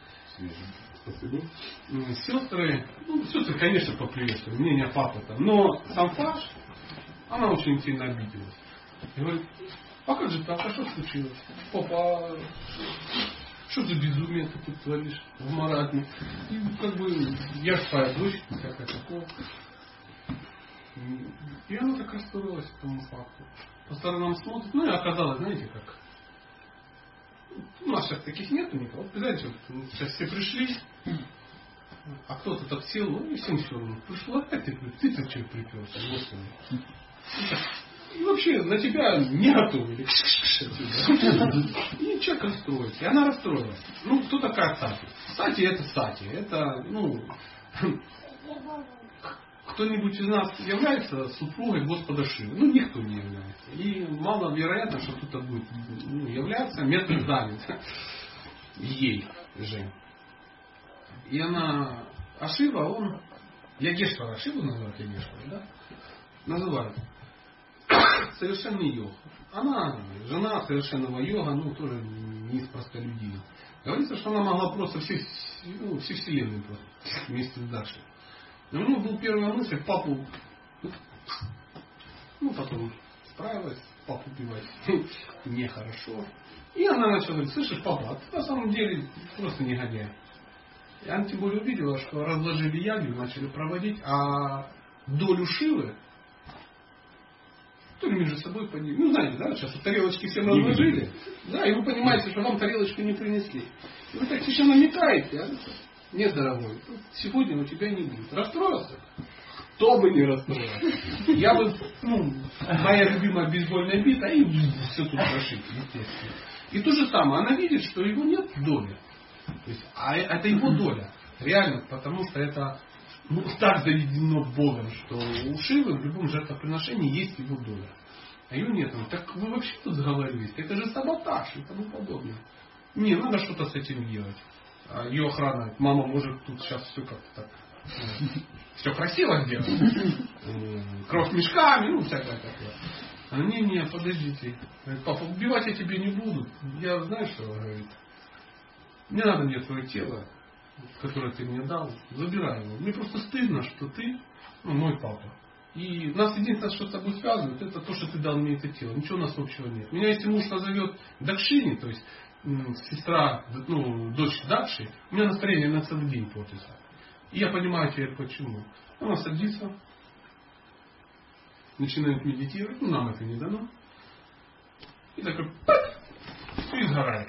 Speaker 3: Сестры, конечно, поприветствовали. Мнение папы там. Но сам Фаш, она очень сильно обиделась. И говорит, а как же так? А что случилось? Папа, что за безумие ты тут творишь в маразме? И как бы, я же твоя дочь, всякое такое. И она так расстроилась к этому факту. По сторонам смотрит, ну и оказалось, знаете как. У нас сейчас таких нету никого. Вот, знаете, вот, сейчас все пришли, а кто-то так сел, ну и всем все равно. Пришло, опять ты-то что приперся, Господи. И вообще на тебя не готовили. И человек расстроится. И она расстроилась. Ну, кто такая Сати? Сати это Сати. Это, ну... Кто-нибудь из нас является супругой Господа Шивы? Ну, никто не является. И маловероятно, что кто-то будет являться, место занят ей же. И она... А Шива, он... Ягешвара, Шиву называют Ягешвара, да? Называют. Совершенный йог. Она жена совершенного йога, ну, тоже не из простолюдинов. Говорится, что она могла просто все вселенную просто вместе с Дашей. Но у него была первая мысль папу, ну потом справилась, папу убивать нехорошо. И она начала говорить, слышишь, папа, а ты на самом деле просто негодяй. И она тем более увидела, что разложили ягью, начали проводить, а долю Шивы, то ли между собой поделили. Ну, знаете, да, сейчас тарелочки всем разложили, да, и вы понимаете, что вам тарелочку не принесли. И вы так еще намекаете, а? Нет, дорогой, сегодня у тебя не будет. Расстроился? Кто бы не расстроился. Я бы, моя любимая бейсбольная бита, и все тут прошить, естественно. И то же самое, она видит, что его нет доли. То есть, а это его доля. Реально, потому что это так заведено Богом, что у Шивы в любом жертвоприношении есть его доля. А ее нет. Так вы вообще тут заговорились? Это же саботаж и тому подобное. Не, надо что-то с этим делать. Ее охрана, мама может тут сейчас все как-то так, все красиво сделать, кровь мешками, ну всякое такое. А не, подождите, папа, убивать я тебе не буду, я знаю, что говорит. Не надо мне твое тело, которое ты мне дал, забирай его. Мне просто стыдно, что ты, мой папа. И нас единственное, что с тобой связывает, это то, что ты дал мне это тело. Ничего у нас общего нет. Меня если муж назовет Дакшини, то есть сестра, дочь Дакши, у меня настроение на целый день портится. И я понимаю теперь почему. Она садится, начинает медитировать, нам это не дано. И такой, и сгорает.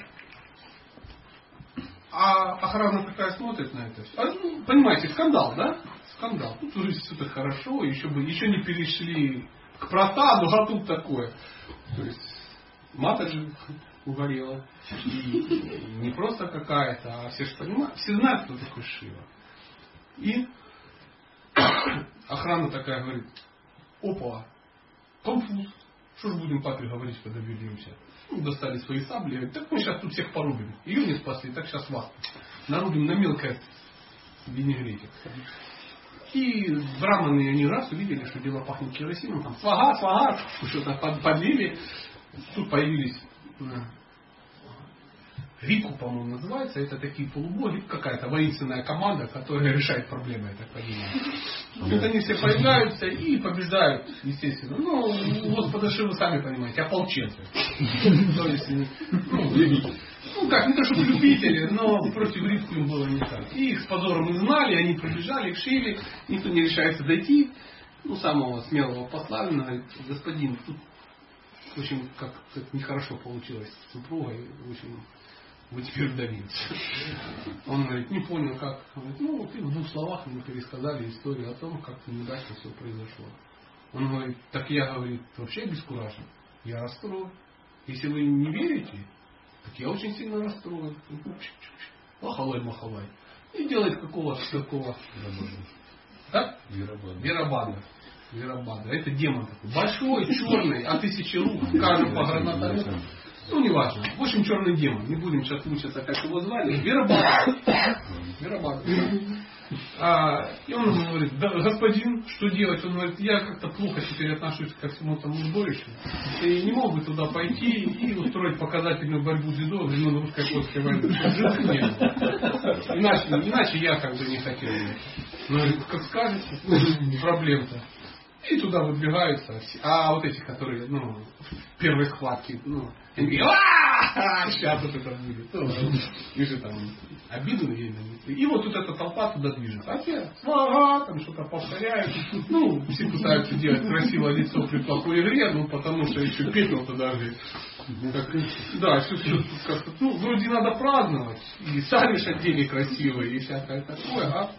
Speaker 3: А охрана такая смотрит на это. Понимаете, скандал, да? Скандал. Тут уже все так хорошо, еще не перешли к просаду, а тут такое. То есть Матаджи угорела. И не просто какая-то, а все же понимают, все знают, кто такой Шива. И охрана такая говорит, опа, конфуз. что ж будем папе говорить, когда вернемся? Ну, достали свои сабли, говорят, так мы сейчас тут всех порубим. Ее не спасли, так сейчас вас нарубим на мелкое винегретик. И браманы, они раз увидели, что дело пахнет керосином, там свага, что-то подлили. Тут появились Рику, по-моему, называется. Это такие полубоги, какая-то воинственная команда, которая решает проблемы, я так понимаю. Вот они все появляются и побеждают, естественно. Ну, у Господа Шивы, сами понимаете, ополченцы. То есть, ну как, не то чтобы любители, но против Ритку им было не так. И их с позором изгнали, они пробежали к Шиве, никто не решается дойти. Ну, самого смелого послали, говорит, господин, тут в общем, как нехорошо получилось с супругой, в общем, вы теперь вдовец. Он говорит, не понял как. Он говорит, ну вот и в 2 словах мы пересказали историю о том, как неудачно все произошло. Он говорит, так я, говорит, вообще обескуражен. Я расстроен. Если вы не верите, так я очень сильно расстроен. Махалай. И делает какого-то такого. Так? Вирабанда. Это демон такой. Большой, черный, 1000 рук, каждый по гранатомету. Ну, неважно. В общем, черный демон. Не будем сейчас мучиться, как его звали. Вирабанда. И он говорит, да, господин, что делать? Он говорит, я как-то плохо теперь отношусь ко всему тому сборищу. И не мог бы туда пойти и устроить показательную борьбу дзюдо времен русско-японской войны. Иначе я как бы не хотел. Но говорит, как скажете, проблем-то. И туда выдвигаются. А вот эти, которые, в первой схватке, они говорят, сейчас вот это будет. И же там обиду ей нанесли. И вот тут эта толпа туда движется. А те, там что-то повторяют. Все пытаются делать красивое лицо при плохой игре, потому что еще пепел-то даже. Да, все как-то, вроде надо праздновать. И сами же одели красивые, и всякое такое,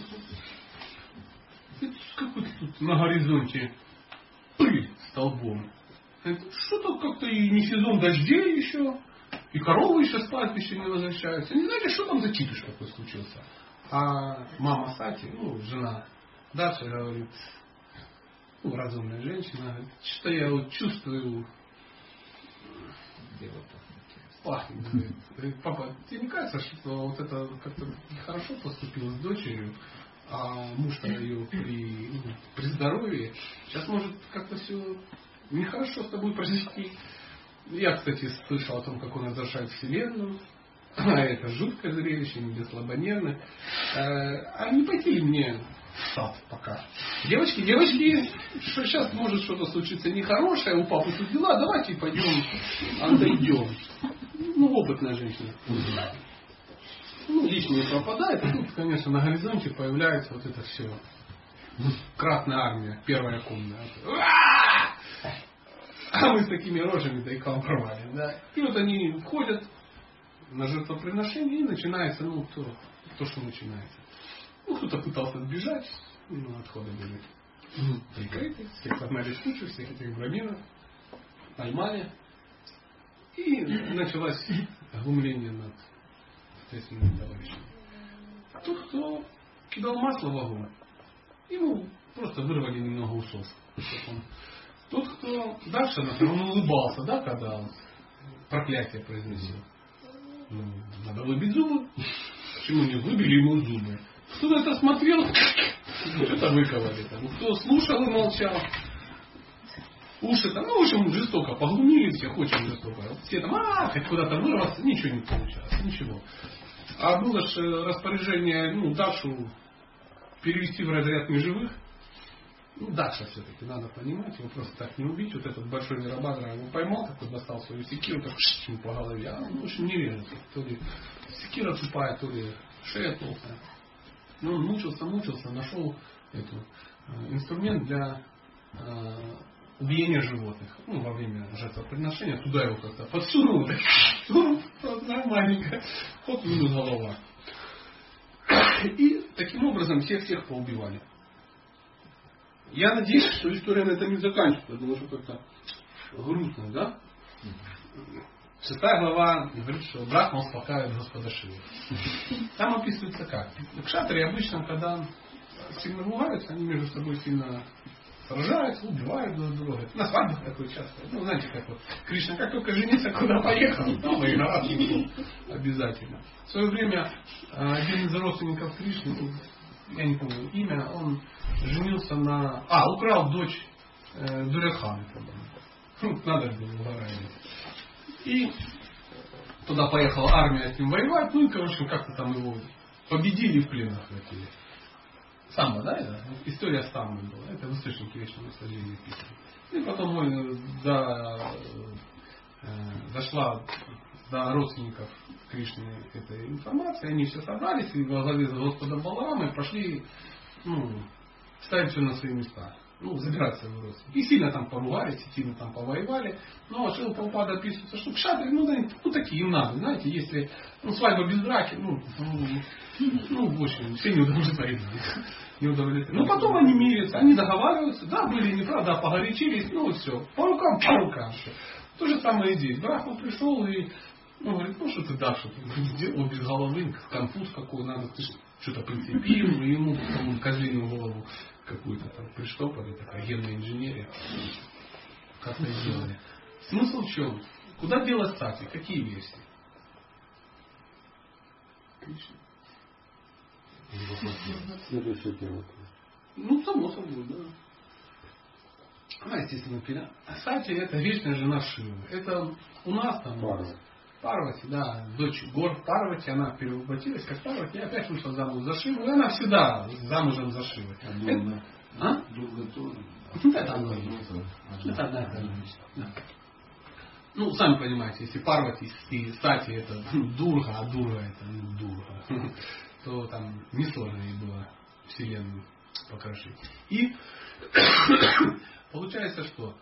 Speaker 3: какой-то тут на горизонте пыль столбом. Что-то как-то и не сезон дождей еще, и коровы еще с пастбища не возвращаются. Не знаете, что там за читыш такой случился? А мама Сати, жена Даша, говорит, разумная женщина, говорит, что я вот чувствую, пахнет. Говорит, папа, тебе не кажется, что вот это как-то хорошо поступило с дочерью? А муж ее при здоровье, сейчас может как-то все нехорошо с тобой произойти. Я, кстати, слышал о том, как он разрушает Вселенную. Это жуткое зрелище, не для слабонервных. А не пойти ли мне в сад пока? Девочки, что сейчас может что-то случиться нехорошее, у папы тут дела, давайте пойдем, отойдем. Опытная женщина. Лишнее пропадает, и тут, конечно, на горизонте появляется вот это все. Красная армия, первая конная. А мы с такими рожами да и колокровали. Да? И вот они входят на жертвоприношение, и начинается, то, что начинается. Кто-то пытался сбежать, отходы были прикрыты, всех согнали в кучу, всех этих браминов, поймали. И началось глумление над естественными товарищами. Тот, кто кидал масло в огонь, ему просто вырвали немного усов. Тот, кто дальше, например, он улыбался, да, когда он проклятие произносил. Надо выбить зубы. Почему не выбили ему зубы? Кто на это смотрел, что-то выковали. Кто слушал и молчал. Уши там, в общем, жестоко поглумили всех, очень жестоко. Все там, хоть куда-то вырваться, ничего не получалось, ничего. А было же распоряжение, Дашу перевести в разряд неживых. Даша все-таки, надо понимать, его просто так не убить. Вот этот большой Вирабадра его поймал, такой достал свою секиру, так ему по голове. В общем, не режется. То ли секира тупая, то ли шея толстая. Но он мучился, нашел инструмент для убиение животных. Во время жертвоприношения туда его как-то подсунул. Нормальненько. Вот минус голова. И таким образом всех поубивали. Я надеюсь, что история на этом не заканчивается, потому что как-то грустно, да? 6 глава говорит, что Брахма успокаивает Господа Шиву. Там описывается как. Кшатри обычно, когда сильно ругаются, они между собой сильно сражаются, убивают друг друга. На свадьбах такое часто. Ну, знаете, как вот Кришна, как только женился, куда поехал, там и на обязательно. В свое время один из родственников Кришны, я не помню имя, он женился на... украл дочь Дурьодханы, по-моему. Надо было угораздить. И туда поехала армия с ним воевать, ну и, короче, как-то там его победили, в плен захватили. Самба, да, это? История Самбы была. Это в источнике вечного наслаждения написано. И потом дошла до родственников Кришны эта информация, они все собрались и во главе с Господом Баларамой пошли ставить все на свои места. Забирать свои родственники. И сильно там поругались, и сильно там повоевали. Но Шрила Прабхупада описывается, что кшатри, такие им надо. Знаете, если свадьба без драки, в общем, все не удовлетворены. Но потом они мирятся, они договариваются, да, были неправда, погорячились, все, по рукам. То же самое и здесь. Брахма пришел и говорит, что ты дашь, что ты сделал без головы, конфуз какой надо, ты что-то прицепил, и ему козлиную голову какую-то там приштопали, такая генная инженерия. Как-то сделали. Смысл в чем? Куда делать стати? Какие версии? Отлично.
Speaker 2: Следующая тема.
Speaker 3: Само собой, да. Естественно, Сати это вечная жена Шивы. Это у нас там Парвати, да, дочь гор Парвати, она перевоплотилась как Парвати, и опять вышла замуж за Шиву, и она всегда замужем за Шивой.
Speaker 2: Друга тоже.
Speaker 3: Это одно и то же. Это одна и та же вещь. Сами понимаете, если Парвати и Сати это Дурга, а Дурга это Дурга, то там несложно ей было Вселенную покрошить. И получается, что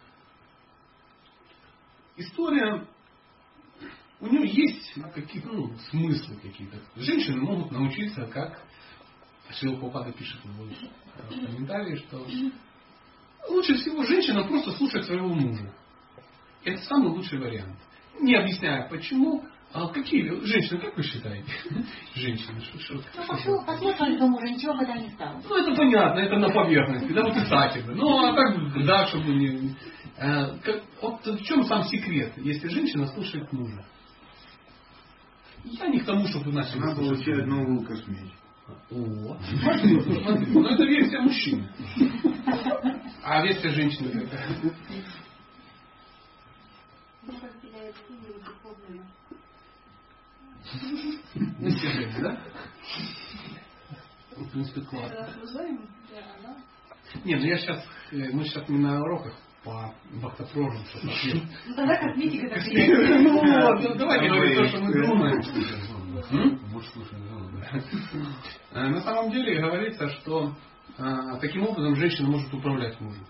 Speaker 3: история, у нее есть какие-то смыслы какие-то. Женщины могут научиться, как Шрила Прабхупада пишет в его комментарии, что лучше всего женщина просто слушать своего мужа. Это самый лучший вариант. Не объясняя почему. А какие женщины, как вы считаете? Женщины,
Speaker 5: послушали этого мужа, ничего бы там не стало.
Speaker 3: Это понятно, это на поверхности, да, вот и Сати. А так, да, чтобы не... Вот в чем сам секрет, если женщина слушает мужа? Я не к тому, чтобы начали
Speaker 6: она получает новую косметику.
Speaker 3: Смотри. Но это версия мужчины. А версия женщины какая? Да? В принципе, классно. Нет, мы сейчас не на уроках по бхактапрожам, что такое.
Speaker 5: Тогда косметика такая.
Speaker 3: Давайте говорить то, что мы думаем. На самом деле говорится, что таким образом женщина может управлять мужем.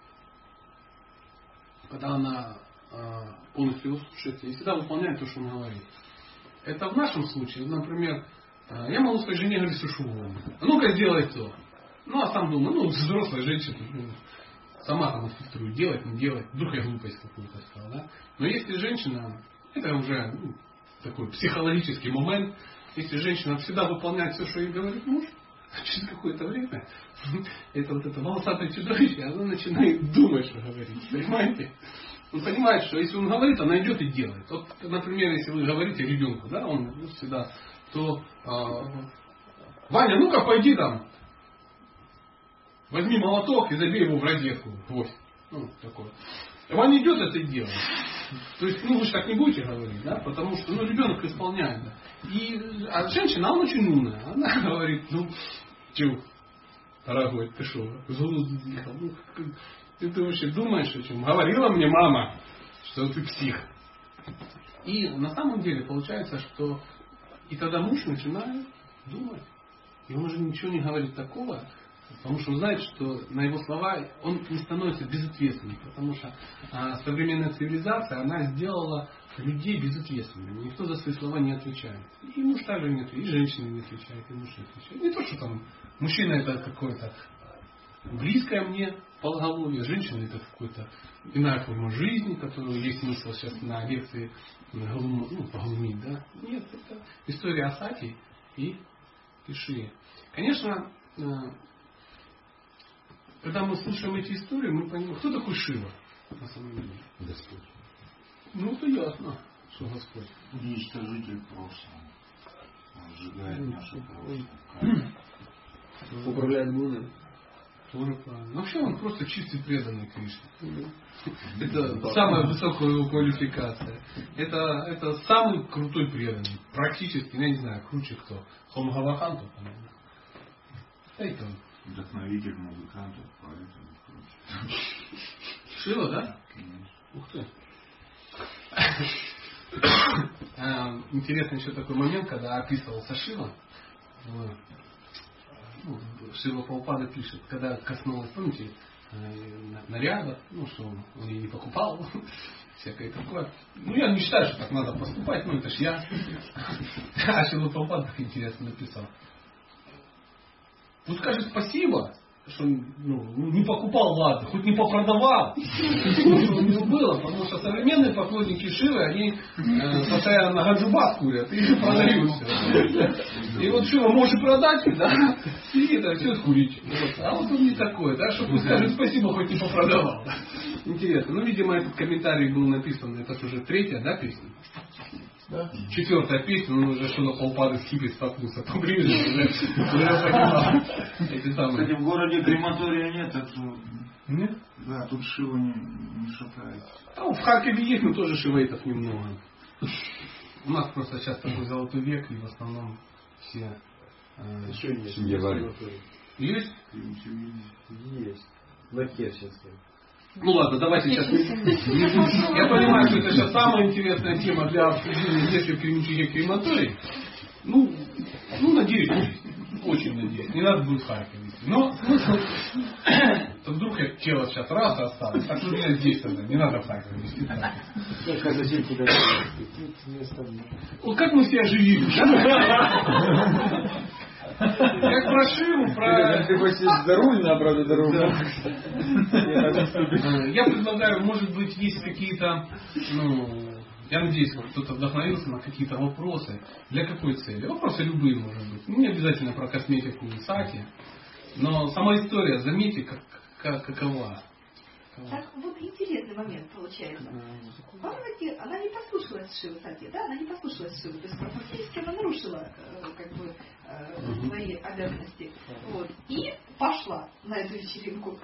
Speaker 3: Когда она полностью его слушает и всегда выполняет то, что он говорит. Это в нашем случае, например, я могу своей жене говорить все, что угодно. Ну-ка сделай то. А сам думаю, взрослая женщина, сама там фильтрует, делать, не делать. Вдруг я глупость какую-то сказал, да? Но если женщина, это уже такой психологический момент, если женщина всегда выполняет все, что ей говорит муж, через какое-то время это волосатое чудовище, она начинает думать, что говорить. Понимаете? Он понимает, что если он говорит, она идет и делает. Вот, например, если вы говорите ребенку, да, он всегда, то Ваня, ну-ка пойди там, возьми молоток и забей его в розетку, гвоздь. Такое. Ваня идет это и делает. То есть, вы же так не будете говорить, да, потому что, ребенок исполняет, да. А женщина, она очень умная. Она говорит, чего, дорогой, ты что, ты вообще думаешь о чем? Говорила мне мама, что ты псих. И на самом деле получается, что и тогда муж начинает думать. И он уже ничего не говорит такого, потому что он знает, что на его слова он не становится безответственным. Потому что современная цивилизация, она сделала людей безответственными. Никто за свои слова не отвечает. И муж также не отвечает, и женщина не отвечает, и муж не отвечает. Не то, что там мужчина это какое-то близкое мне полголовье, женщина это какая-то иная форма жизни, которую есть смысл сейчас на лекции поглумить, да? Нет, это история о Сати и Шиве. Конечно, когда мы слушаем эти истории, мы понимаем, кто такой Шива на самом деле.
Speaker 2: Господь.
Speaker 3: Ну, это ясно, что Господь.
Speaker 6: Уничтожитель прошлого. Он сжигает наше прошлое.
Speaker 4: Управляет гунами.
Speaker 3: Тоже правильно. Вообще он просто чистый преданный Кришне. Это самая высокая его квалификация. Это самый крутой преданный. Практически, я не знаю, круче кто. Хомгаваханту, по-моему. Это он.
Speaker 6: Вдохновитель музыкантов, поэтов и прочее.
Speaker 3: Шива, да?
Speaker 6: Конечно.
Speaker 3: Ух ты. Интересный еще такой момент, когда описывался Шива. Шива Прабхупада пишет, когда коснулась, помните, наряда, что он ее не покупал, всякое такое. Я не считаю, что так надо поступать, это ж я. А Шива Прабхупада так интересно написал. Пусть скажет спасибо, что не покупал, ладно, хоть не попродавал, что у него было, потому что современные поклонники Шивы, они постоянно на гаджубас курят и продают все. И вот Шива может продать, да, и это все курить. А вот он не такой, да, что пусть скажет спасибо, хоть не попродавал. Интересно. Видимо, этот комментарий был написан, это уже 3-я, да, песня? Да. 4-я песня, уже что на полпады с хиппи столкнулся, то ближе уже понимал.
Speaker 6: Кстати, в городе крематория нет, так что...
Speaker 3: Нет?
Speaker 6: Да, тут Шива не шатает.
Speaker 3: В Харькове есть, но тоже шивейтов немного. У нас просто сейчас такой золотой век, и в основном все...
Speaker 2: Еще нет.
Speaker 6: Синьявари.
Speaker 3: Есть?
Speaker 2: Есть. На Керченской.
Speaker 3: Ну ладно, давайте сейчас... Я понимаю, что это сейчас самая интересная тема для обсуждения, если в Кременчуге крематорий. Надеюсь. Очень надеюсь. Не надо будет в Харькове вести. Но то вдруг я тело сейчас раз и осталось. Так что меня здесь тогда. Не надо в Харькове вести.
Speaker 2: Зачем куда
Speaker 3: Вот как мы себя оживили. Как про Шиву, про...
Speaker 2: Ты хочешь за руль, правда, за руль.
Speaker 3: Я предлагаю, может быть, есть какие-то, я надеюсь, кто-то вдохновился на какие-то вопросы. Для какой цели? Вопросы любые, может быть. Не обязательно про косметику и сати. Но сама история, заметьте, какова.
Speaker 5: Так вот интересный момент получается. Парвати, она не послушалась Шивы Сати, да? Она не послушалась Шивы. То есть фактически она нарушила свои обязанности. И пошла на эту вечеринку.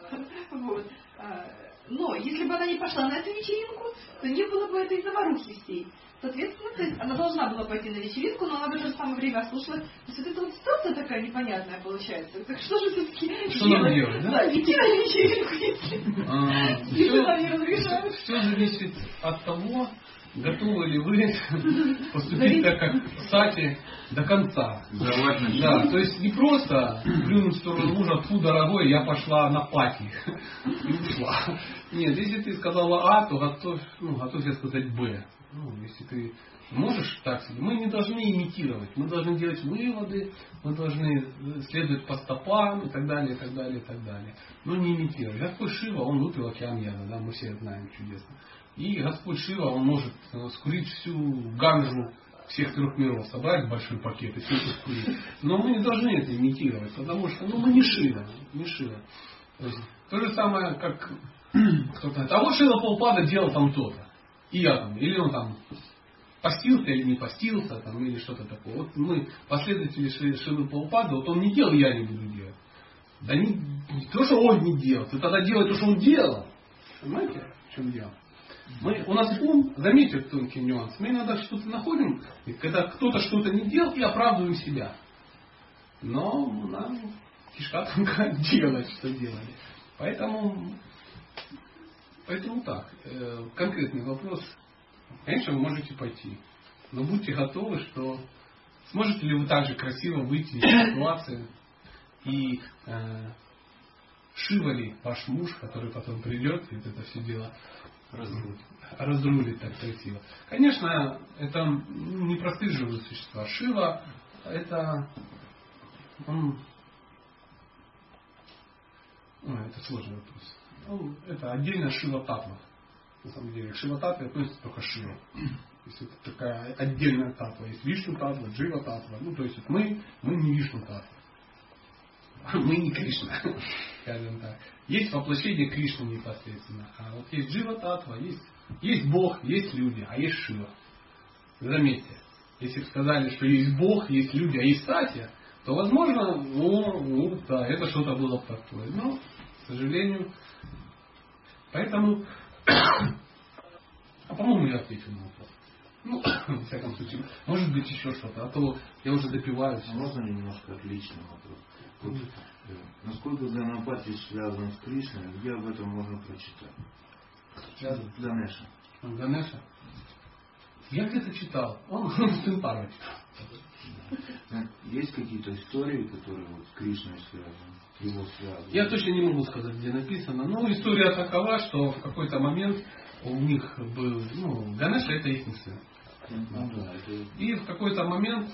Speaker 5: Но если бы она не пошла на эту вечеринку, то не было бы этой заварухи всей. Соответственно, то есть она должна была пойти на вечеринку, но она в это же самое время ослушалась. То есть вот эта вот ситуация такая непонятная получается. Так что же все-таки
Speaker 3: делать?
Speaker 5: Да, идти на вечеринку, если там не разрешают.
Speaker 3: Все зависит от того, готовы ли вы поступить так, как Сати, до конца. Да, то есть не просто плюнуть в сторону мужа, фу, дорогой, я пошла на пати и ушла. Нет, если ты сказала А, то готовься сказать Б. Если ты можешь так себе, мы не должны имитировать, мы должны делать выводы, мы должны следовать по стопам и так далее, и так далее, и так далее. Но не имитировать. Господь Шива, он выпил океан яда, да, мы все это знаем чудесно. И Господь Шива, он может скурить всю ганжу всех 3 миров, собрать большой пакет и все это скурить. Но мы не должны это имитировать, потому что мы не Шива. То есть, то же самое, как кто-то говорит, а вот Шила Прабхупада делал там то-то. И я там, или он там постился или не постился, там, или что-то такое. Вот мы, последователи Шилы Прабхупады, вот он не делал, я не буду делать. Да не то, что он не делал, ты тогда делай то, что он делал. Понимаете, в чем дело? У нас ум, заметьте тонкий нюанс, мы иногда что-то находим, когда кто-то что-то не делал, и оправдываем себя. Но нам кишка тонкая делать, что делали. Поэтому так, конкретный вопрос. Конечно, вы можете пойти, но будьте готовы, что сможете ли вы так же красиво выйти из ситуации и Шива ли ваш муж, который потом придет и это все дело разрулит так красиво. Конечно, это не простые живые существа. Шива это это сложный вопрос. Это отдельно Шива Татва. На самом деле, к Шива Татве относится только Шива. То есть это такая отдельная татва. Есть Вишну Татва, Джива Татва. То есть мы не Вишну Татва. Мы не Кришна. скажем так. Есть воплощение Кришны непосредственно. А вот есть Джива Татва, есть Бог, есть люди, а есть Шива. Заметьте, если бы сказали, что есть Бог, есть люди, а есть Сатья, то, возможно, да, это что-то было бы такое. Но, к сожалению, поэтому, по-моему, я ответил на вопрос. Ну, в всяком случае, может быть еще что-то, а то я уже допиваюсь.
Speaker 6: А можно немножко отличный вопрос? Вот, насколько Ганапати связан с Кришной, где об этом можно прочитать?
Speaker 3: Связан?
Speaker 6: Ганеша.
Speaker 3: Ганеша? Я где-то читал. Он сын Парвати.
Speaker 6: Есть какие-то истории, которые вот с Кришной связаны? Его связаны?
Speaker 3: Я точно не могу сказать, где написано. Но история такова, что в какой-то момент у них был... Ганеша это их сын.
Speaker 6: Ну, да, это...
Speaker 3: И в какой-то момент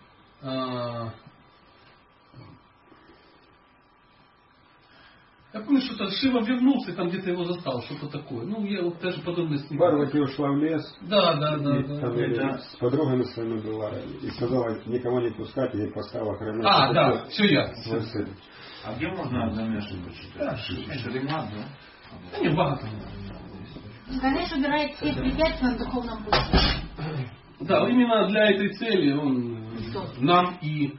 Speaker 3: я помню, что-то Шива вернулся, и там где-то его застал, что-то такое. Я вот даже подробности не помню.
Speaker 7: Парвати ушла в лес.
Speaker 3: Да.
Speaker 7: С подругами своими была. И сказала никого не пускать, и поставила охранять.
Speaker 3: Да, все ясно.
Speaker 7: Свой сын.
Speaker 6: А где можно о Ганеше почитать? Шримад, да?
Speaker 3: Да не, богато.
Speaker 8: Ганеш убирает все препятствия на духовном пути.
Speaker 3: Да, именно для этой цели он нам и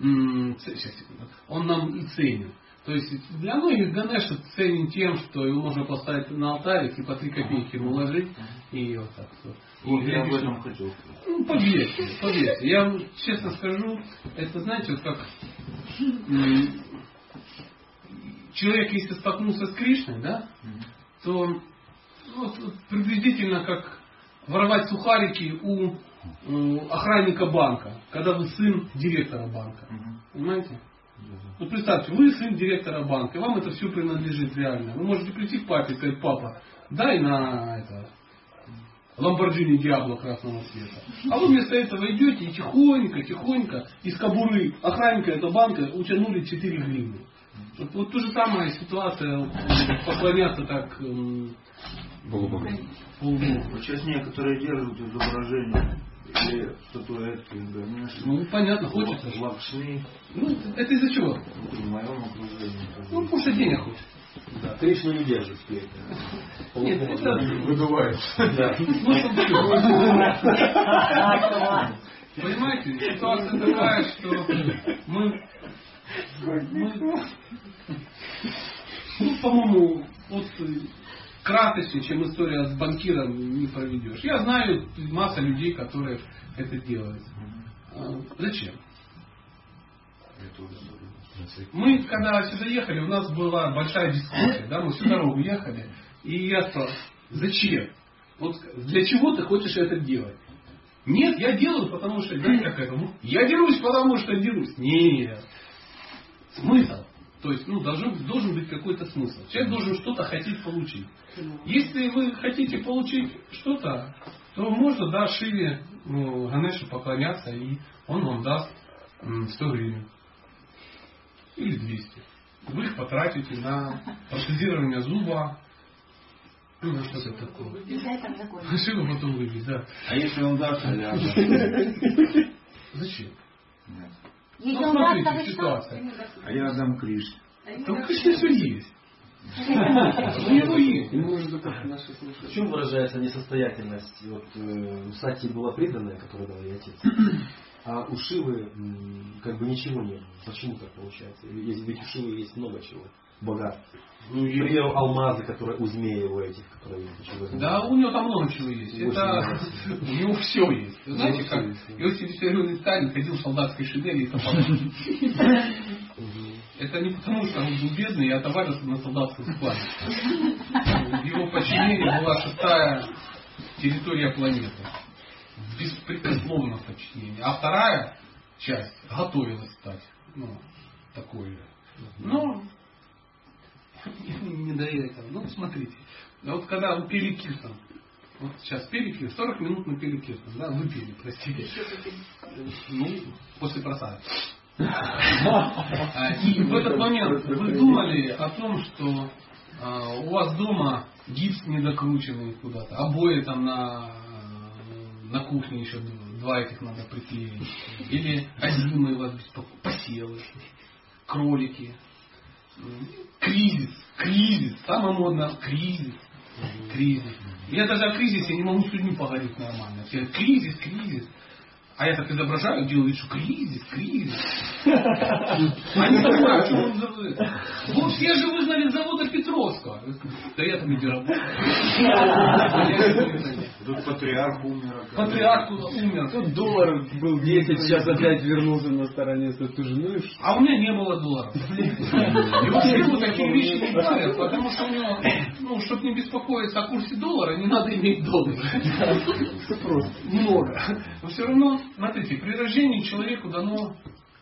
Speaker 3: ценен. То есть для многих Ганеша ценен тем, что его можно поставить на алтарик и по 3 копейки ему ложить и вот так вот.
Speaker 6: Вот я об этом хотел сказать.
Speaker 3: Поверьте. Я вам честно скажу, это знаете, вот как человек, если столкнулся с Кришной, да, то приблизительно как воровать сухарики у охранника банка, когда вы сын директора банка. Понимаете? Вот представьте, вы сын директора банка, и вам это все принадлежит реально. Вы можете прийти к папе и сказать: папа, дай на Lamborghini Diablo красного цвета. А вы вместо этого идете и тихонько из кобуры охранника этого банка утянули 4 гривны. Вот та же самая ситуация, поклоняться так
Speaker 7: Полубогу.
Speaker 6: Вот сейчас некоторые держат изображение или статуэтки Ганеши.
Speaker 3: Понятно, хочется.
Speaker 6: Лакшми.
Speaker 3: Это из-за чего?
Speaker 6: В моем окружении.
Speaker 3: Потому что денег хочет.
Speaker 2: Да, Кришну не держит сплетни.
Speaker 3: Нет, это...
Speaker 2: Выдувает. Да.
Speaker 3: Понимаете, ситуация такая, что мы по-моему, красочнее, чем история с банкиром, не проведешь. Я знаю масса людей, которые это делают. Зачем? Мы, когда сюда ехали, у нас была большая дискуссия, да, мы всю дорогу ехали, и я сказал: зачем? Вот для чего ты хочешь это делать? Нет, я делаю, потому что, знаете, как это? Я дерусь, потому что дерусь. Нет. Смысл. То есть, должен быть какой-то смысл. Человек должен что-то хотеть получить. Если вы хотите получить что-то, то можно, Шиве, Ганеше поклоняться, и он вам даст 100 гривен. Или 200. Вы их потратите на протезирование зуба, на что-то такое. Шива потом выйдет, да.
Speaker 6: А если он даст,
Speaker 3: Зачем?
Speaker 8: Если он даст, то вы что?
Speaker 3: Ситуация.
Speaker 6: а я отдам Кришне.
Speaker 3: Там, конечно, все есть. У него есть.
Speaker 2: В чем выражается несостоятельность? Вот у Сати была преданная, которая дала ей отец. А у Шивы ничего нет. Почему так получается? Ведь у Шивы есть много чего. Богат. К примеру, алмазы, которые у змеи у этих, которые
Speaker 3: Да, у него там много чего есть. У него все есть. Знаете, как Иосиф Виссарионович Сталин ходил в солдатской шинели и сапогах. Это не потому, что он был бедный и отоварился на солдатском складе. В его подчинении была 6-я территория планеты. В беспрекословном подчинении. А 2-я часть готовилась стать такой же. Но не до этого. Смотрите. Вот когда вы пели Киртан, вот сейчас пели Киртан, 40 минут мы пели Киртан, да, вы пели, простите. После просады. И в этот момент вы думали о том, что у вас дома гипс недокрученный куда-то, обои там на кухне еще 2 этих надо приклеить, или озимые вас беспокоят, посевы, кролики. Кризис. Самое модное кризис. Я даже о кризисе не могу с людьми поговорить нормально. Все кризис. А я так изображаю, делаю вид, что кризис. Они думают, о чем он забыл. Вот все же вызнали с завода Петровского. Да я там не работаю.
Speaker 6: Тут патриарх умер.
Speaker 3: Патриарх умер.
Speaker 4: Тут доллар был 10, сейчас опять вернулся на стороне сатужны.
Speaker 3: А у меня не было долларов. И вообще ему такие вещи не говорят, потому что у него, чтобы не беспокоиться о курсе доллара, не надо иметь доллар.
Speaker 4: Это просто.
Speaker 3: Много. Но все равно, смотрите, при рождении человеку дано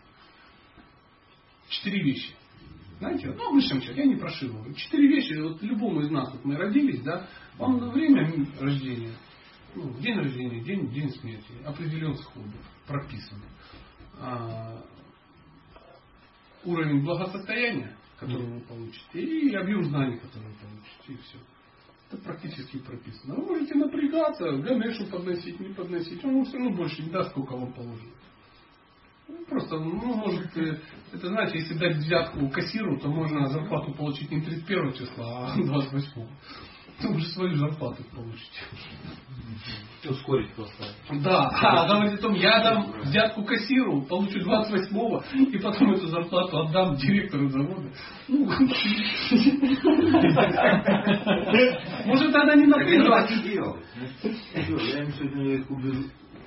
Speaker 3: 4 вещи. Знаете, в высшем человеке, я не прошиваю. 4 вещи, вот любому из нас, вот мы родились, да, вам время рождения, день рождения, день смерти, определен сходу, прописан. Уровень благосостояния, который вы получите, и объем знаний, который вы получите, и все. Это практически прописано. Вы можете напрягаться, Ганешу подносить, не подносить, он все равно больше не даст, сколько вам положено. Просто, может, это знаете, если дать взятку кассиру, то можно зарплату получить не 31 числа, а 28. Вы уже свою зарплату получите.
Speaker 2: Ускорить просто.
Speaker 3: Да, говорит о том, я дам взятку кассиру, получу 28-го, и потом эту зарплату отдам директору завода. Может, тогда не напрягаться.
Speaker 6: Я им сегодня их убежу.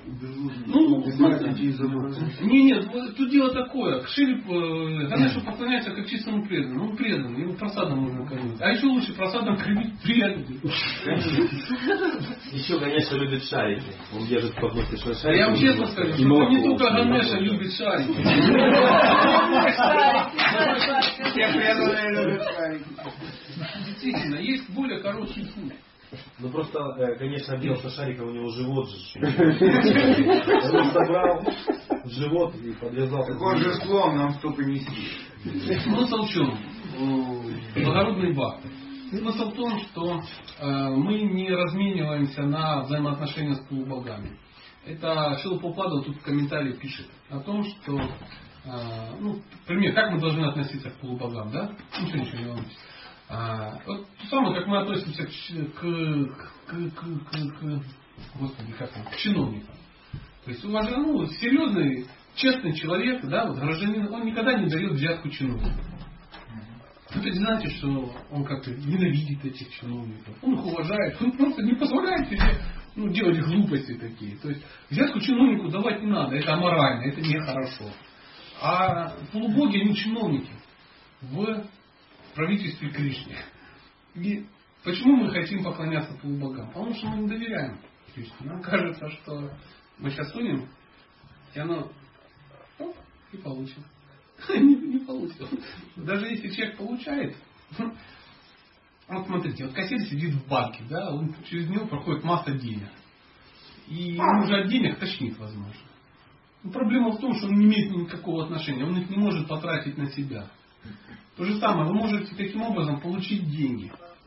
Speaker 3: Нет, тут дело такое. Шире Ганешу поклоняется как чистому преданному. Он предан, его просадом можно кормить. А еще лучше просадом кормить приятелей.
Speaker 2: Еще Ганеша любит шарики. Он держит в подносе шарики.
Speaker 3: А я вам честно скажу, что не только Ганеша любит шарики.
Speaker 6: Все преданные любят шарики.
Speaker 3: Действительно, есть более короткий путь.
Speaker 2: Ну просто, конечно, объелся шарика, у него живот же. Он собрал живот и подвязал.
Speaker 6: Такой же слон нам столько нести.
Speaker 3: Смысл в чем? Благородный бхакти. Смысл в том, что мы не размениваемся на взаимоотношения с полубогами. Это Шрила Прабхупада тут в комментарии пишет о том, что, например, как мы должны относиться к полубогам, да? Ничего не волнуйтесь. Вот то самое, как мы относимся к чиновникам. То есть серьезный, честный человек, да, вот гражданин, он никогда не дает взятку чиновнику. Это не значит, что он как-то ненавидит этих чиновников. Он их уважает, он просто не позволяет себе делать глупости такие. То есть взятку чиновнику давать не надо, это аморально, это нехорошо. А полубоги, они чиновники в правительстве Кришне. И почему мы хотим поклоняться полубогам? Потому что мы не доверяем Кришне. Нам кажется, что мы сейчас сунем, и оно и получим. Не получил. Даже если человек получает, вот смотрите, вот кассир сидит в банке, да, он через него проходит масса денег. И ему уже от денег тошнит, возможно. Но проблема в том, что он не имеет никакого отношения, он их не может потратить на себя. То же самое, вы можете таким образом получить деньги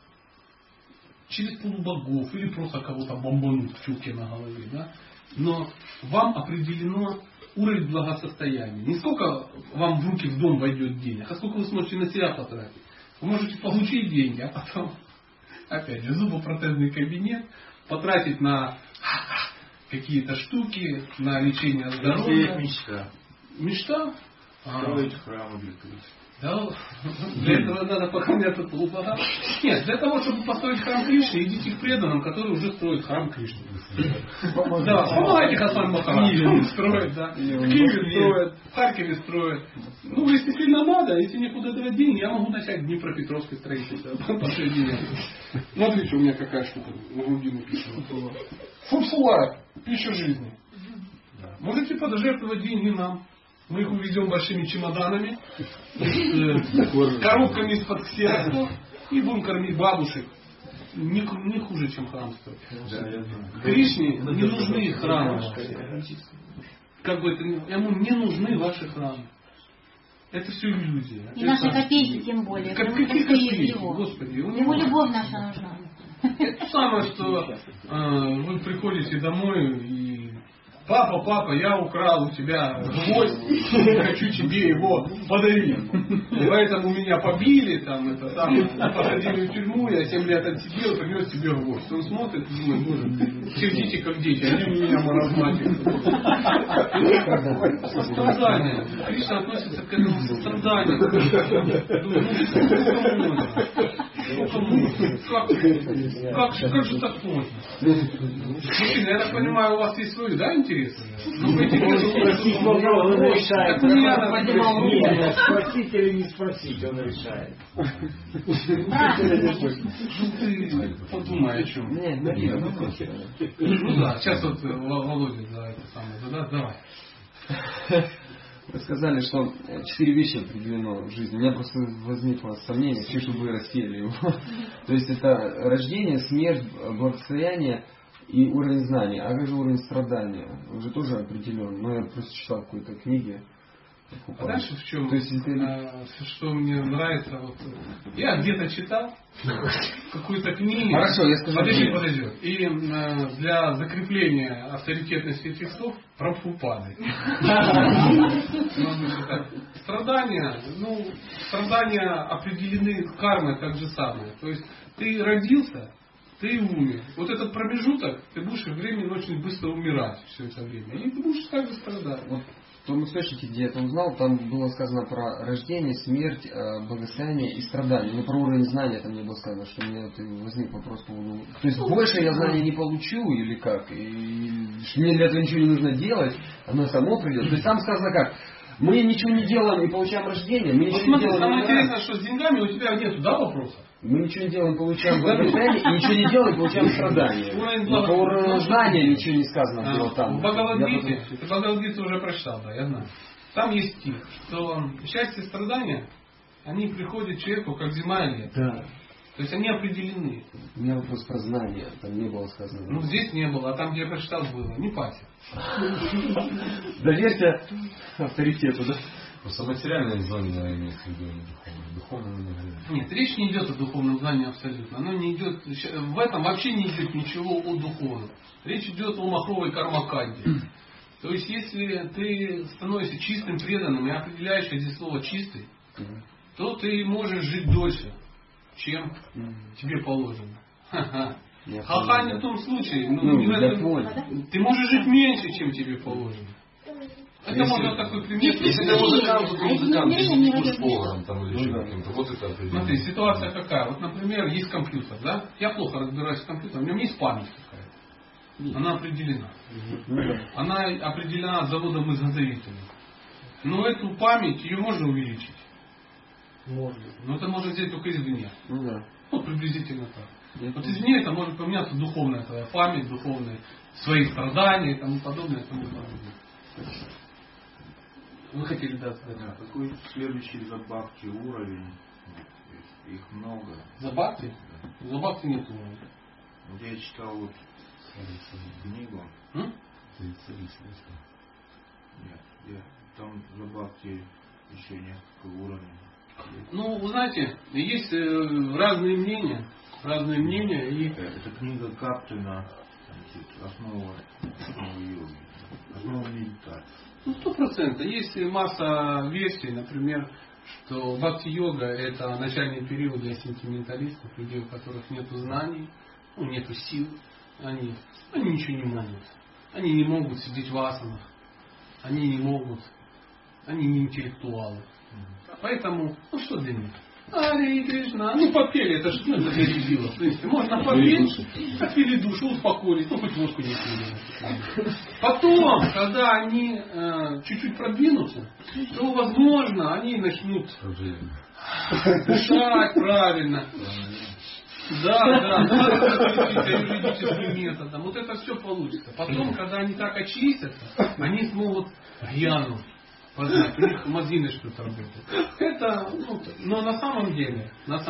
Speaker 3: через полубогов или просто кого-то бомбануть в чулке на голове, да? Но вам определено уровень благосостояния. Не сколько вам в руки в дом войдет денег, а сколько вы сможете на себя потратить. Вы можете получить деньги, а потом, опять же, зубопротезный кабинет, потратить на какие-то штуки, на лечение здоровья.
Speaker 6: Мечта.
Speaker 3: Мечта?
Speaker 6: Строить храмы для Кришны.
Speaker 3: Да, для этого надо поклоняться полубогам. Нет, для того, чтобы построить храм Кришны, идите к преданным, которые уже строят храм Кришны. Да, помогайте Хасан Махарадж строят, да. В Киеве строят, в Харькове строят. Если сильно надо, если некуда давать деньги, я могу начать Днепропетровское строительство. Последнее. Смотрите, у меня какая штука на груди написана. Фурсулайф, пища жизни. Можете подожертвовать деньги нам. Мы их увезем большими чемоданами, коробками из-под ксероксов и будем кормить бабушек. Не хуже, чем храм стоит. Кришне не нужны храмы. Ему не нужны ваши храмы. Это все иллюзия.
Speaker 8: И наши копейки тем более.
Speaker 3: Какие копейки? Господи.
Speaker 8: Ему любовь наша нужна.
Speaker 3: Это самое, что вы приходите домой и папа, я украл у тебя гвоздь, хочу тебе его подарить. Поэтому меня побили, посадили в тюрьму, я 7 лет отсидел, принес тебе гвоздь. Он смотрит и думает, боже, все дети как дети, они у меня маразматики. Сострадание. Кришна относится к этому состраданию. Как же так можно? Мужчина, я так понимаю, у вас есть свои, да, интересы? Ну, вы
Speaker 1: решает.
Speaker 3: Так не я поднимал руку.
Speaker 1: Спросить или не спросить, он решает.
Speaker 3: Ты подумай о чем. Ну да, сейчас вот Володя за это самое задаст. Давай.
Speaker 4: Вы сказали, что 4 вещи определено в жизни. У меня просто возникло сомнение, чтобы вы рассеяли его. То есть это рождение, смерть, благосостояние и уровень знаний. А как же уровень страдания? Он же тоже определен. Но я просто читал в какой-то книге.
Speaker 3: А дальше в чем?
Speaker 4: То есть,
Speaker 3: что мне нравится, вот, я где-то читал какую-то книгу.
Speaker 4: Хорошо, я скажу.
Speaker 3: Подожди. И для закрепления авторитетности этих слов Прабхупады. Страдания определены кармой так же самое. То есть ты родился, ты умер. Вот этот промежуток, ты будешь временно очень быстро умирать все это время. И ты будешь так же страдать.
Speaker 4: В том источнике, где я это узнал, там было сказано про рождение, смерть, благосостояние и страдания. Но про уровень знания там не было сказано, что у меня возник вопрос по поводу... То есть больше я знаний не получу или как? И мне для этого ничего не нужно делать, оно само придет. То есть там сказано как? Мы ничего не делаем, не получаем рождение, мы ничего не делаем...
Speaker 3: Самое интересное, что с деньгами у тебя нету, да, вопросов?
Speaker 4: Мы ничего не делаем, получаем благосостояние, и ничего не делаем, получаем страдания. По уровню знания ничего не сказано было там.
Speaker 3: В Бхагавад-гите, ты Бхагавад-гиту уже прочитал, да, я знаю. Там есть стих, что счастье и страдания, они приходят человеку как зима и лето.
Speaker 4: Да.
Speaker 3: То есть они определены.
Speaker 4: У меня вопрос про знания, там не было сказано.
Speaker 3: Ну здесь не было, а там, где я прочитал, было. Не парься.
Speaker 4: Доверься авторитету, да?
Speaker 9: Просто материальное знание имеется в виду, духовное знание.
Speaker 3: Нет, речь не идет о духовном знании абсолютно. Оно не идет, в этом вообще не идет ничего о духовном. Речь идет о махровой кармаканде. То есть, если ты становишься чистым, преданным и определяешь эти слова чистый, то ты можешь жить дольше, чем тебе положено. Ха-ха не в том случае. Ты можешь жить меньше, чем тебе положено. Это можно такой пример.
Speaker 9: Если ты музыкант, то ты музыкант, если не будешь поваром там, или еще каким-то. Вот это определенно.
Speaker 3: Смотри, ситуация какая. Вот, например, есть компьютер, да? Я плохо разбираюсь в компьютере, в нем есть память какая-то. Она определена. Она определена заводом-изготовителем. Но эту память, ее можно увеличить.
Speaker 2: Можно.
Speaker 3: Но это можно сделать только извне. Вот приблизительно так. Вот извне это может поменяться духовная твоя память, духовные свои страдания и тому подобное. Вы хотели дать?
Speaker 6: Да, какой следующий за бхакти уровень? Их много.
Speaker 3: За бхакти? За бхакти нет уровня.
Speaker 6: Вот я читал вот книгу. Нет, там за бхакти еще несколько уровней.
Speaker 3: Ну, вы знаете, есть разные мнения. Разные мнения. И...
Speaker 6: Это книга Каптина, основа йоги, основа медитации.
Speaker 3: Ну, 100%. Есть масса версий, например, что бхакти-йога это начальный период для сентименталистов, людей, у которых нет знаний, нет сил, они ничего не могут. Они не могут сидеть в асанах, они не не интеллектуалы. Поэтому, что для них? Ари Кришна, попели, это что это для дебилов? В принципе, можно попеть, отвели душу, успокоились, хоть водку не пили. Потом, когда они чуть-чуть продвинутся, то, возможно, они начнут дышать правильно. Да, юридическим методом. Вот это все получится. Потом, когда они так очистятся, они смогут гьяну познать. У них мозги начнут работать. Это, но на самом деле,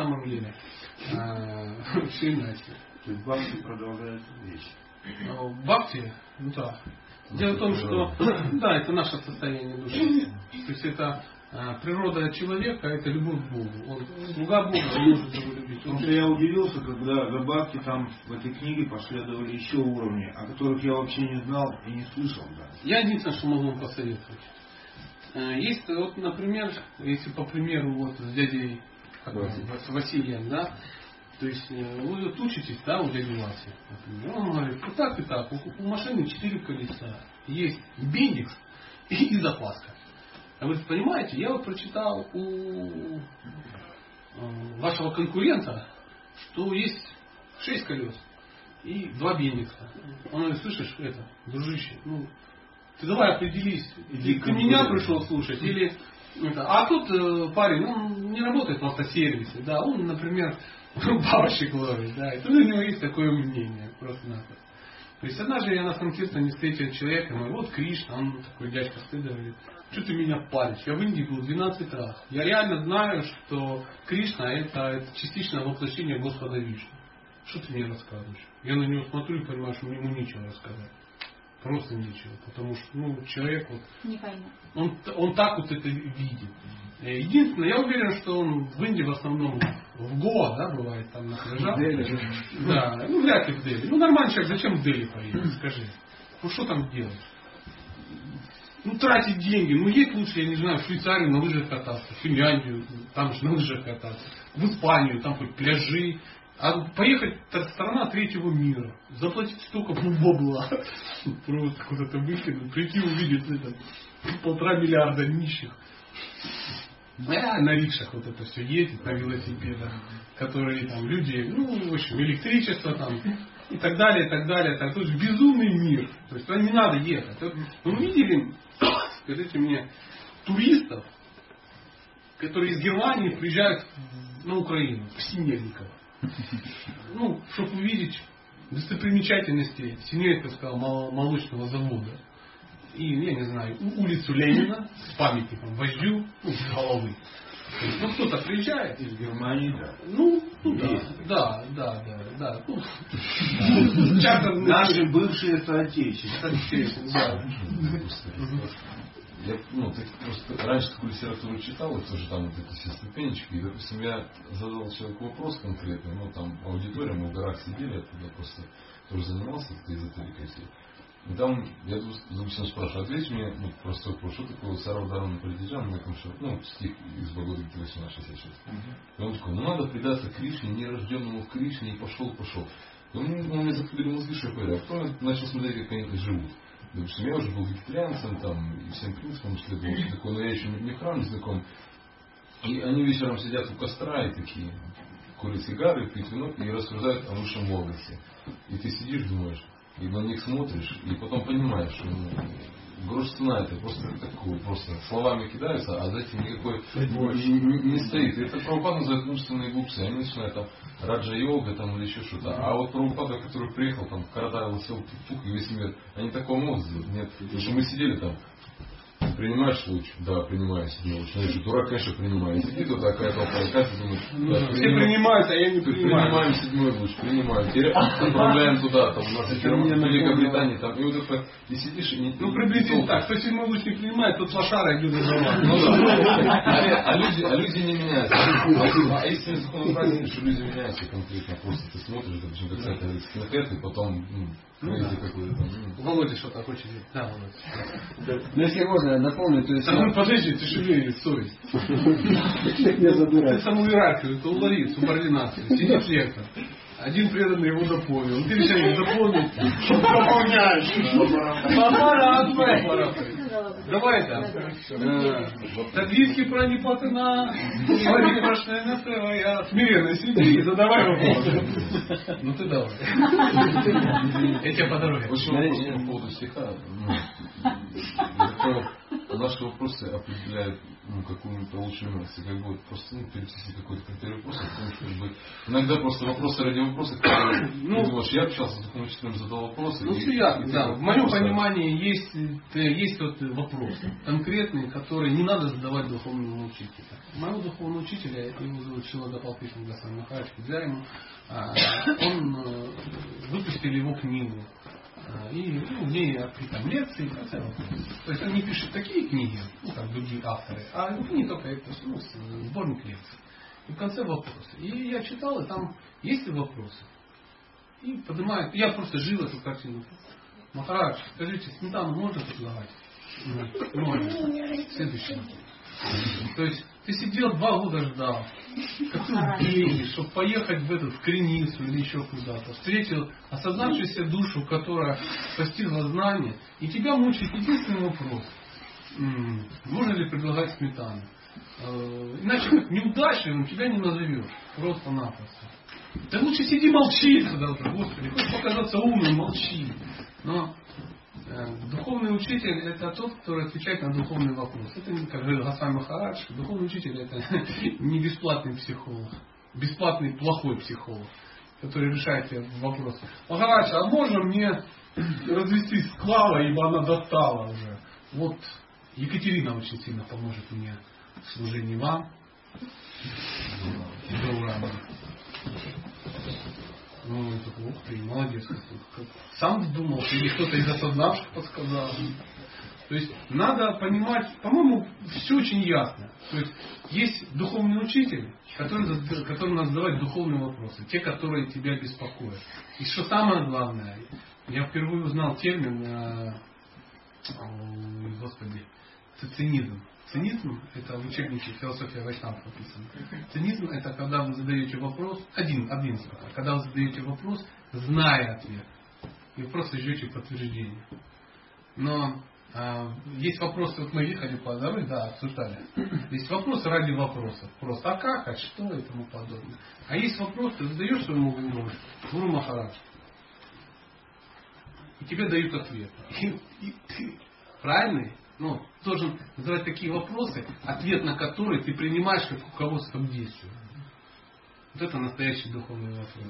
Speaker 3: все иначе.
Speaker 6: То есть бхакти продолжается вечно.
Speaker 3: Бхакти, да. Дело в том, что да, это наше состояние души. То есть это природа человека — это любовь к Богу. Он слуга Бога, он может его любить.
Speaker 6: Потому что я удивился, когда за бабки там в этой книге последовали еще уровни, о которых я вообще не знал и не слышал. Да.
Speaker 3: Я единственное, что могу вам посоветовать. Есть, вот, например, если по примеру вот с дядей с Василием, да, то есть вы вот учитесь, да, у дяди Васи, например, он говорит, вот так и так, у машины 4 колеса, есть бендикс и запаска. А вы понимаете, я вот прочитал у вашего конкурента, что есть 6 колес и 2 бендикса. Он говорит, слышишь, это, дружище, ну, ты давай определись, ты меня пришел слушать или это. А тут парень, он не работает в автосервисе, да, он, например, бабочек ловит, да, и тут у него есть такое мнение, просто-напросто. То есть однажды я на Санкиртане встретил человека, говорю, вот Кришна, он такой дядька стыда, говорит, что ты меня палишь, я в Индии был 12 раз, я реально знаю, что Кришна это частичное воплощение Господа Вишну. Что ты мне рассказываешь? Я на него смотрю и понимаю, что ему нечего рассказать. Просто нечего, потому что ну, человек вот,
Speaker 8: не пойму.
Speaker 3: Он так вот это видит. Единственное, я уверен, что он в Индии в основном в Гоа, да, бывает, там на пляжах. Да, ну вряд ли в Дели. Ну нормальный человек, зачем в Дели поедет, скажи. Ну что там делать? Ну тратить деньги. Ну есть лучше, я не знаю, в Швейцарию на лыжах кататься, в Финляндию, там же на лыжах кататься, в Испанию, там хоть пляжи. А поехать в страна третьего мира, заплатить столько бабла, просто куда-то выкинуть, прийти увидеть это 1,5 миллиарда нищих. На рикшах вот это все ездит, на велосипедах, которые там люди, ну, в общем, электричество там и так далее, и так далее. То есть безумный мир. То есть не надо ехать. Мы видели, скажите мне, туристов, которые из Германии приезжают на Украину, в Синельниково. Ну, чтобы увидеть достопримечательности Синельниковского молочного завода. И, я не знаю, улицу Ленина с памятником вождю с головы. Ну, кто-то приезжает.
Speaker 6: Из Германии, да.
Speaker 3: Ну, да. Ну,
Speaker 6: наши бывшие соотечественники.
Speaker 3: Да.
Speaker 9: Я просто раньше такую литературу читал, и тоже там вот эти все ступенечки, и, допустим, я задал человеку вопрос конкретный, ну, там аудитория, мы в горах сидели, оттуда просто тоже занимался этой эзотерикой всей. И там я, допустим, спрашиваю, ответь мне, ну, простой вопрос, что такое Сарвадарана Паридиджан, ну, стих из Бхагавад-гиты 18.66. И он такой, ну, надо предаться Кришне, нерожденному в Кришне, и пошел. И он мне заходили мозги, что я говорю, а потом я начал смотреть, как они живут. Допустим, я уже был вегетарианцем, там, и всем принципам следовал, все такое, но я еще не в храме знаком. И они вечером сидят у костра и такие, курят сигары, пьют вино и рассуждают о высшем логосе. И ты сидишь, думаешь, и на них смотришь, и потом понимаешь, что грош цена, это просто такое, просто словами кидаются, а за этим никакой не стоит. И это Прабхупада называют умственные глупцы. Они начинают там раджа-йога там, или еще что-то. А вот Прабхупада, который приехал, там, Карадайла сел, тук, и весь мир, они такого могут сделать. Нет. Потому что мы сидели там, принимаешь луч? Да, принимаю седьмой луч. Я же дурак, конечно, принимаю. Сидит вот такая толпа, и каждый думает,
Speaker 3: все принимают, а я не принимаю.
Speaker 9: Принимаем седьмой луч, принимаем. Теперь отправляем туда, там, у нас в Великобритании, там, и вот это, и сидишь, и не...
Speaker 3: Ну, приблизительно так, кто седьмой луч не принимает, тот лошара идет за вами.
Speaker 9: Ну да. А люди не меняются. А истинный закон праздника, что люди меняются конкретно. Просто ты смотришь, допустим, как сайт скинхед, и потом, какой-то там.
Speaker 3: Володя что-то хочет делать. Да, Володя.
Speaker 4: Ну, если можно, напомню, то есть...
Speaker 3: Подожди, ты шевелишь совесть.
Speaker 7: Не забирай.
Speaker 3: Ты саму иерархию, это уловит, субординацию. Сидит лектор. Один преданный его дополнил. Ты решаешь дополнить. Дополняешь. Давай там. Тадвиски пранипатана. Парипрашная твоя. Смиренно сиди и задавай вопрос. Ну ты давай. Я тебе по дороге.
Speaker 9: По поводу стиха. Наши вопросы определяют какую-нибудь лучшую эмоцию. Как бы просто перечислить какой-то критерий вопроса. Потому что как бы, иногда просто вопросы ради вопроса, которые ты думаешь, я общался с таким учителем, задал вопросы.
Speaker 3: Ну все ясно, да. В моем понимании есть вот вопросы конкретные, которые не надо задавать духовному учителю. Моего духовного учителя, его зовут Шрила Гопал Кришна Госвами Махарадж Кудзариму, он выпустили его книгу И в ней открыты там лекции, в конце вопросы. То есть он не пишет такие книги, как другие авторы, а не только это, сборник лекций. И в конце вопросы. И я читал, и там есть ли вопросы. И поднимает, я просто жил эту картину. Махарадж, скажите, сметану можно предлагать? Можно. Следующий. То есть ты сидел 2 года ждал, копил деньги, чтобы поехать в Креницу или еще куда-то. Встретил осознавшуюся душу, которая постигла знание, и тебя мучает единственный вопрос. Можно ли предлагать сметану? Иначе как неудачливым тебя не назовешь. Просто-напросто. Да лучше сиди молчи тогда уже, Господи, хочешь показаться умным, молчи. Но духовный учитель это тот, который отвечает на духовный вопрос. Это, как говорил Госвами Махарадж, духовный учитель это не бесплатный психолог, бесплатный плохой психолог, который решает тебе вопрос. Махарадж, а можно мне развестись с Клавой, ибо она достала уже? Вот Екатерина очень сильно поможет мне в служении вам. Ну, это ух ты, молодец. Сам вдумался, или кто-то из осознавших подсказал. То есть надо понимать, по-моему, все очень ясно. То есть есть духовный учитель, который надо задавать духовные вопросы, те, которые тебя беспокоят. И что самое главное, я впервые узнал термин, господи, цинизм. Цинизм – это в учебнике философия Вайшнава написано. Цинизм – это когда вы задаете вопрос, один из пока, когда вы задаете вопрос, зная ответ, и вы просто ждете подтверждения. Но есть вопросы, вот мы ехали по дороге, да, обсуждали. Есть вопросы ради вопросов. Просто а как, а что и тому подобное. А есть вопрос, ты задаешь своему гуру Махарадж, и тебе дают ответ. И ты правильный, должен задавать такие вопросы, ответ на которые ты принимаешь как руководство к действию. Вот это настоящий духовный вопрос.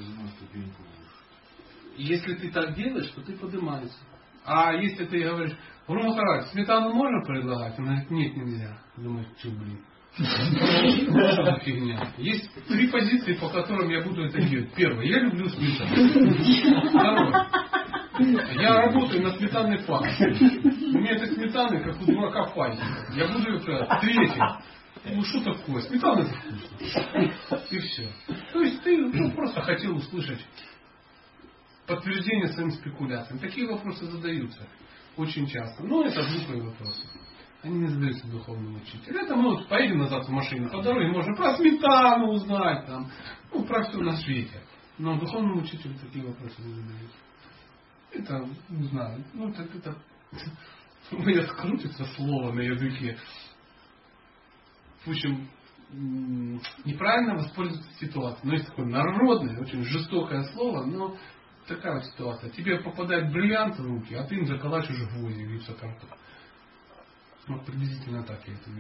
Speaker 3: И если ты так делаешь, то ты поднимаешься. А если ты говоришь, Гуру Махарадж, сметану можно предлагать? Он говорит, нет, нельзя. Думаешь, что, блин. Фигня. Есть 3 позиции, по которым я буду это делать. Первое, я люблю сметану. Второе, я работаю на сметанной фабрике. У меня этой сметаны, как у дурака фантика. Я буду ее продавать. Третье. Ну что такое? Сметана это вкусно. И все. То есть ты просто хотел услышать подтверждение своим спекуляциям. Такие вопросы задаются очень часто. Но это глупые вопросы. Они не задаются духовному учителю. Это мы вот поедем назад в машине по дороге, можно про сметану узнать, про все на свете. Но духовному учителю такие вопросы не задаются. Это, не знаю, это у меня скрутится слово на языке. В общем, неправильно воспользоваться ситуацией. Но есть такое народное, очень жестокое слово, но такая вот ситуация. Тебе попадает бриллиант в руки, а ты им заколачиваешь гвозди в гипсокартон. Вот приблизительно так я это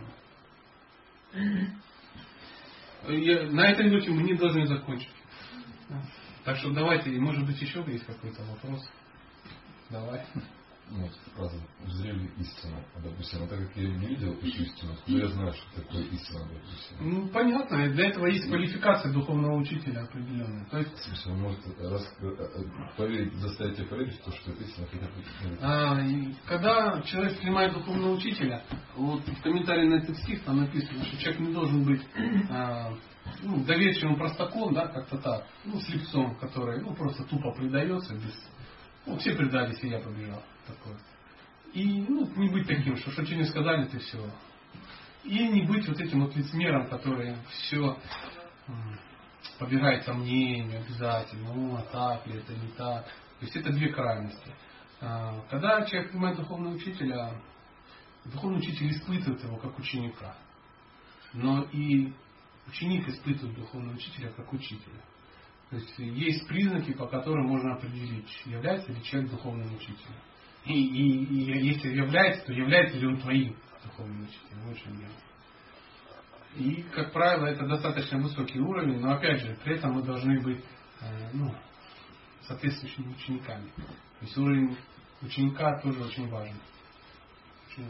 Speaker 3: вижу. На этой ноте мы не должны закончить. Так что давайте, может быть, еще есть какой-то вопрос. Давай.
Speaker 9: Фраза «узрели истину». Допустим, так как я не видел эту истину, откуда я знаю, что такое истина, допустим?
Speaker 3: Понятно. Для этого есть квалификация духовного учителя определенная. То есть,
Speaker 9: в смысле, он может заставить тебя поверить в то, что это истина, хотя бы...
Speaker 3: Когда человек принимает духовного учителя, вот в комментарии на этот стих там написано, что человек не должен быть доверчивым простаком, да, как-то так, слепцом, который просто тупо предается без... все предались, и я побежал. Такое. И не быть таким, что тебе не сказали, ты все. И не быть вот этим вот лицемером, который все побегает сомнению обязательно. А так ли, это не так. То есть это 2 крайности. Когда человек принимает духовного учителя, духовный учитель испытывает его как ученика. Но и ученик испытывает духовного учителя как учителя. То есть есть признаки, по которым можно определить, является ли человек духовным учителем. И если является, то является ли он твоим духовным учителем. Очень верно. И, как правило, это достаточно высокий уровень, но опять же, при этом мы должны быть соответствующими учениками. То есть уровень ученика тоже очень важен. Очень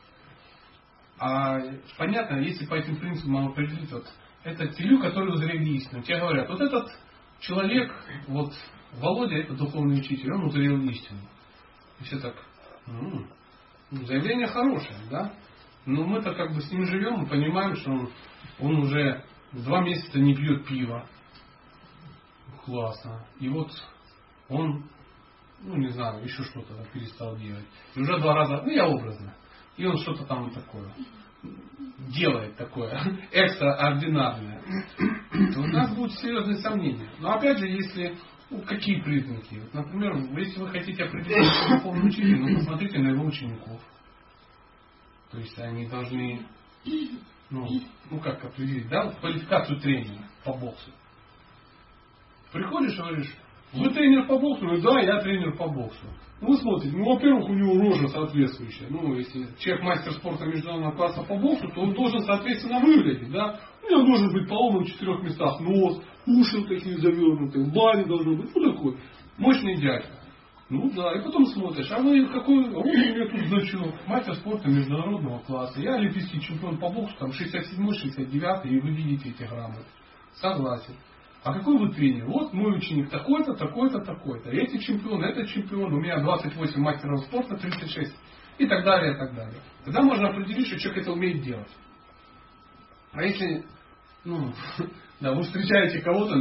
Speaker 3: важен. Понятно, если по этим принципам определить, это те люди, которые узрели истину. Тебе говорят, вот этот человек, Володя это духовный учитель, он узрел истину. И все так, заявление хорошее, да? Но мы-то как бы с ним живем, мы понимаем, что он уже 2 месяца не пьет пиво. Классно. И вот он, не знаю, еще что-то перестал делать. И уже 2 раза, я образно. И он что-то там такое делает такое экстраординарное. То у нас будут серьезные сомнения. Но опять же, если какие признаки? Вот, например, если вы хотите определить духовного учителя, посмотрите на его учеников. То есть они должны, как определить, да, квалификацию тренера по боксу. Приходишь и говоришь, вы тренер по боксу? Да, я тренер по боксу. Вы смотрите, во-первых, у него рожа соответствующая. Если человек мастер спорта международного класса по боксу, то он должен соответственно выглядеть, да. У него должен быть поломан в 4 местах нос, уши такие завернутые, в бане должно быть, такой мощный дядька. И потом смотришь, а вы какой, у меня тут значок, мастер спорта международного класса, я олимпийский чемпион по боксу, там 67-й, 69-й, и вы видите эти грамоты. Согласен. А какой вы тренер? Вот мой ученик такой-то, такой-то, такой-то. Эти чемпионы, этот чемпион, у меня 28 мастеров спорта, 36 и так далее, и так далее. Тогда можно определить, что человек это умеет делать. А если, вы встречаете кого-то,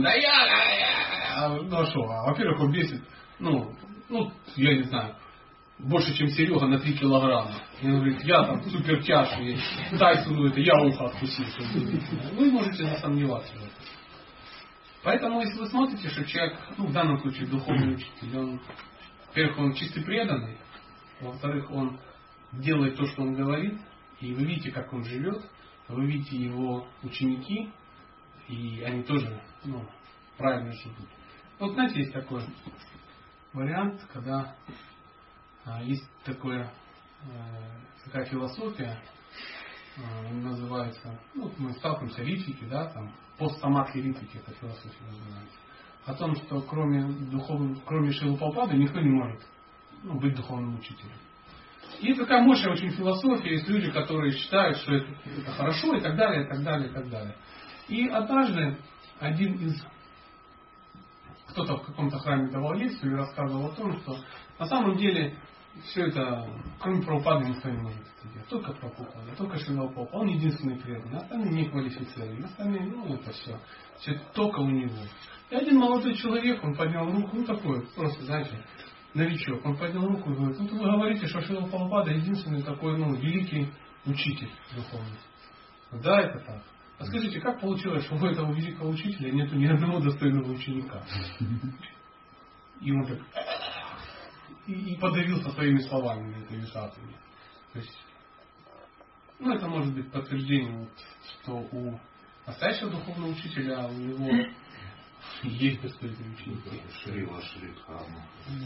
Speaker 3: во-первых, он весит, я не знаю, больше, чем Серега на 3 килограмма. И он говорит, я там супер тяжкий, Тайсону это я ухо откусил. Вы можете засомневаться в этом. Поэтому, если вы смотрите, что человек, в данном случае духовный учитель, он, во-первых, он чистый преданный, во-вторых, он делает то, что он говорит, и вы видите, как он живет, вы видите его ученики, и они тоже правильно живут. Вот знаете, есть такой вариант, когда есть такая философия, называется, мы сталкиваемся, ритвики, да, там, постсамадхи ритвики, эта философия называется, о том, что кроме Шрилы Прабхупады никто не может быть духовным учителем. И такая мощная очень философия, есть люди, которые считают, что это хорошо, и так далее, и так далее, и так далее. И однажды один из кто-то в каком-то храме давал лекцию и рассказывал о том, что на самом деле все это, кроме Прабхупады, никто не может это делать. Только Прабхупада, только Шрила Прабхупада. Он единственный преданный. Остальные не квалифицированы. Остальные, это все. Все только у него. И один молодой человек, он поднял руку, такой, просто, знаете, новичок. Он поднял руку и говорит, вы говорите, что Шрила Прабхупада единственный такой, великий учитель духовный. Да, это так. А скажите, как получилось, что у этого великого учителя нету ни одного достойного ученика? И он так и подавился своими словами этой статуи. То есть, это может быть подтверждением, что у настоящего духовного учителя у него есть достойные ученики.
Speaker 6: Шрила Шридхарма.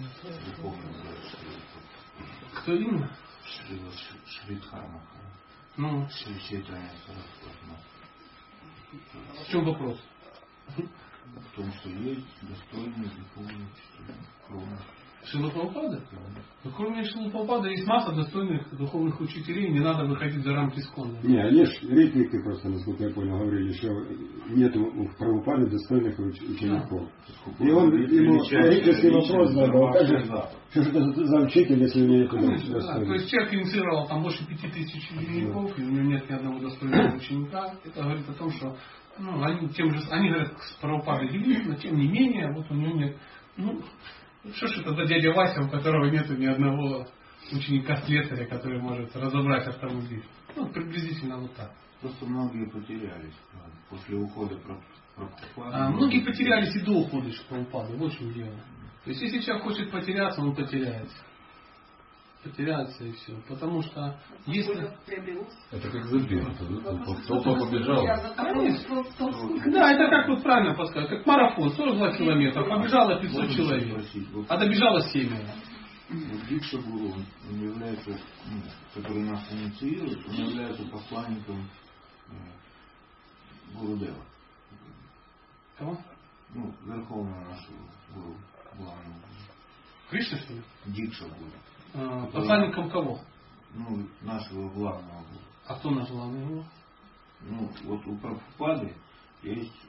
Speaker 3: Кто именно?
Speaker 6: Шрила Шридхарма. Шри Чайтанья Сарасвати.
Speaker 3: В чем вопрос?
Speaker 6: В том, что есть достойные духовные учителя. Кроме
Speaker 3: Шрила Прабхупады? Кроме Шрила Прабхупады есть масса достойных духовных учителей, не надо выходить за рамки исконно.
Speaker 7: Есть ритвики просто, насколько я понял, говорили, что нет у Прабхупады достойных учеников. И он ему риторский вопрос задал, что это за учитель, если у него нет достойных.
Speaker 3: То есть человек инициировал там больше 5000 учеников, и у него нет ни одного достойного ученика. Это говорит о том, что они говорят, с Прабхупадой делились, но тем не менее, вот у него нет. Что ж это за дядя Вася, у которого нет ни одного ученика-слесаря, который может разобрать автомобиль? Приблизительно вот так.
Speaker 6: Просто многие потерялись после ухода Прабхупады.
Speaker 3: Многие потерялись и до ухода Прабхупады. Вот в чем дело. То есть, если человек хочет потеряться, он потеряется. Потеряется и все. Потому что если...
Speaker 9: Это как забег. Толпа побежала.
Speaker 3: Да, это как вот правильно подсказать. Как марафон. 42 километра. Побежало 500 человек. А добежало 7.
Speaker 6: Дикша Гуру, он является, который нас инициирует, он является посланником Гурудева.
Speaker 3: Кого?
Speaker 6: Верховного нашего Гуру, главного.
Speaker 3: Кришна, что ли?
Speaker 6: Дикша Гуру.
Speaker 3: Посланником кого?
Speaker 6: Нашего главного Гуру.
Speaker 3: А кто наш главный Гуру?
Speaker 6: Вот у Прабхупады есть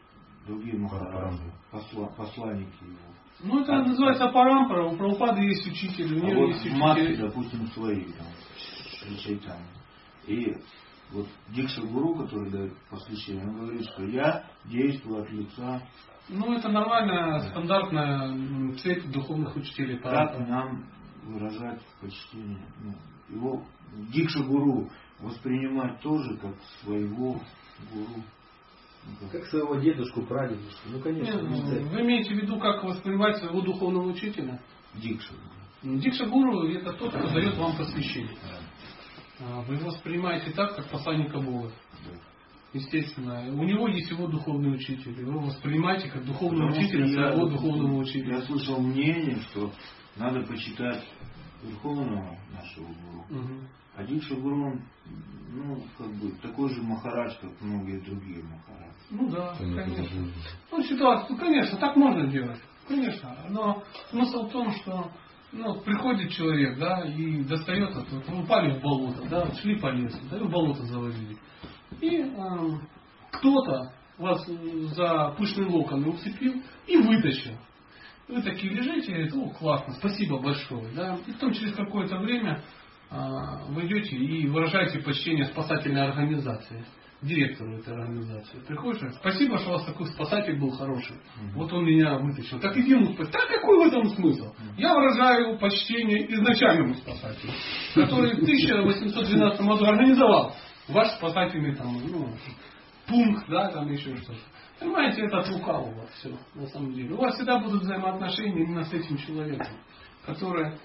Speaker 6: другие махараджи, посланники его.
Speaker 3: Ну, это называется парампара. У Прабхупады есть учитель, у него есть учитель.
Speaker 6: Матки, допустим, свои, там, Шри-Чайтанья. И вот Дикша-гуру, который дает посвящение, он говорит, что я действую от лица.
Speaker 3: Ну, это нормальная, стандартная цепь духовных учителей.
Speaker 6: Как нам выражать почтение? Ну, его Дикша-гуру воспринимать тоже как своего гуру.
Speaker 2: Как своего дедушку, прадедушку. Ну, конечно.
Speaker 3: Вы имеете в виду, как воспринимать своего духовного учителя?
Speaker 6: Дикша-гуру.
Speaker 3: Дикша-гуру это тот, кто дает вам посвящение. Вы его воспринимаете так, как посланника Бога. Естественно. У него есть его духовный учитель. Вы его воспринимаете как духовного учителя своего духовного учителя.
Speaker 6: Я слышал мнение, что надо почитать верховного нашего гуру. А Дикша-гуру, он, ну, как бы, такой же махарадж, как многие другие махараджи.
Speaker 3: Ну да, конечно. Ну, ситуация, конечно, так можно делать. Конечно. Но смысл в том, что приходит человек, да, и достает, вы упали в болото, да, шли по лесу, да, и в болото завалили. И кто-то вас за пышные локоны уцепил и вытащил. Вы такие лежите и говорите, классно, спасибо большое. Да? И потом через какое-то время вы идете и выражаете почтение спасательной организации, директору этой организации. Приходишь, спасибо, что у вас такой спасатель был хороший. Вот он меня вытащил. Так иди ему спасибо. Так какой в этом смысл? Я выражаю почтение изначальному спасателю, который в 1812 году организовал ваш спасательный пункт, да, там еще что-то. Понимаете, это от лукавого все, на самом деле. У вас всегда будут взаимоотношения именно с этим человеком, который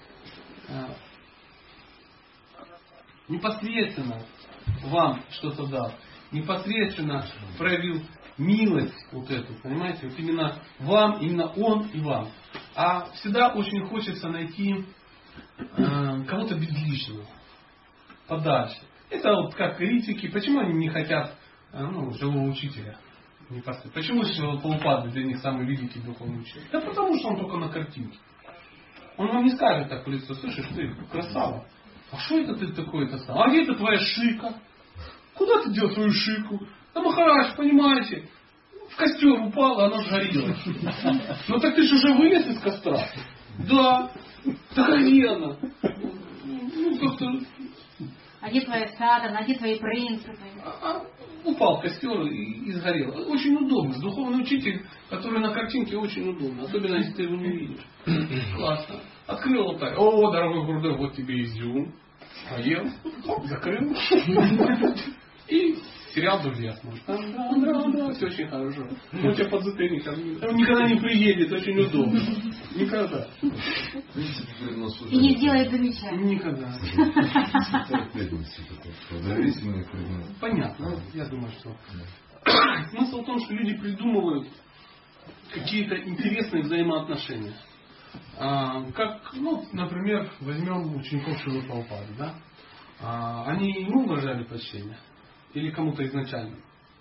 Speaker 3: непосредственно вам что-то дал, непосредственно проявил милость вот эту, понимаете, вот именно вам, именно он и вам. А всегда очень хочется найти кого-то безличного, подальше. Это вот как критики, почему они не хотят живого учителя? Почему Прабхупада для них самый великий духовный учитель? Да потому что он только на картинке. Он вам не скажет так в лицо, слышишь, ты красава. А что это ты такой-то стал? А где это твоя шика? Куда ты дел свою шику? Да махарадж, понимаете, в костер упала, она сгорела. Ну так ты же уже вылез из костра? Да. Так а где она?
Speaker 8: А где твоя садана, а где твои принципы?
Speaker 3: Упал в костер и сгорел. Очень удобно. Духовный учитель, который на картинке, очень удобно. Особенно, если ты его не видишь. Классно. Открыл вот так. О, дорогой Гурдев, вот тебе изюм. Поел. Хоп, закрыл. И сериал «Друзья» смотрит. Да, все очень хорошо. Он тебя подзатыльником. Он никогда не приедет, очень удобно. Никогда.
Speaker 8: И не сделает замечания.
Speaker 3: Никогда. Понятно. Я думаю, что смысл в том, что люди придумывают какие-то интересные взаимоотношения. Как, например, возьмем учеников Шрилы Прабхупады, да? Они ему выражали почтение? Или кому-то изначально?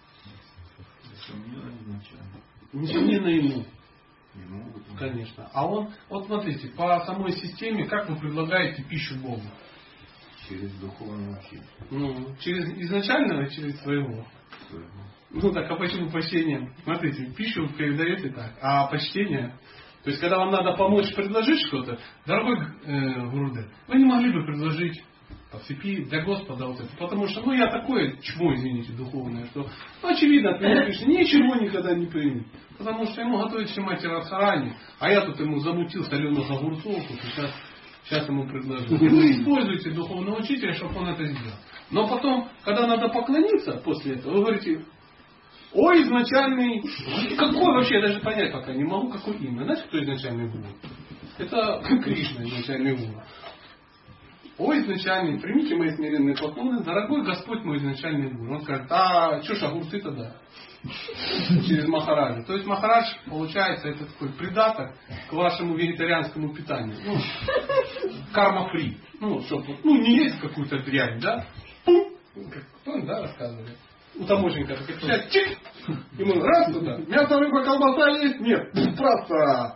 Speaker 3: Несомненно ему. Конечно. А он, вот смотрите, по самой системе, как вы предлагаете пищу Богу?
Speaker 6: Через духовного учителя.
Speaker 3: Через изначального или через своего? Так, а почему почтение? Смотрите, пищу вы передаете так, а почтение... То есть, когда вам надо помочь предложить что-то, дорогой Гурудев, вы не могли бы предложить по цепи для Господа вот это. Потому что, я такое чмо, извините, духовное, что, очевидно, от меня Кришна ничего никогда не примет. Потому что ему готовят Шримати Радхарани, а я тут ему замутил соленых огурцов, вот, и сейчас ему предложу. И вы используете духовного учителя, чтобы он это сделал. Но потом, когда надо поклониться после этого, вы говорите... Ой, изначальный... Какой вообще, я даже понять пока не могу, какой имя. Знаете, кто изначальный гуру? Это Кришна, изначальный гуру. Ой, изначальный, примите мои смиренные поклоны, дорогой Господь мой изначальный гуру. Он скажет, что ж, огурцы-то да. Через Махараджа. То есть Махарадж, получается, это такой придаток к вашему вегетарианскому питанию. Карма-фри. Чтобы не есть какую-то дрянь, да? Кто-нибудь, да, рассказывали? У таможенника такая, чик, ему раз туда, мясо, рыба, колбаса есть? Нет, просто.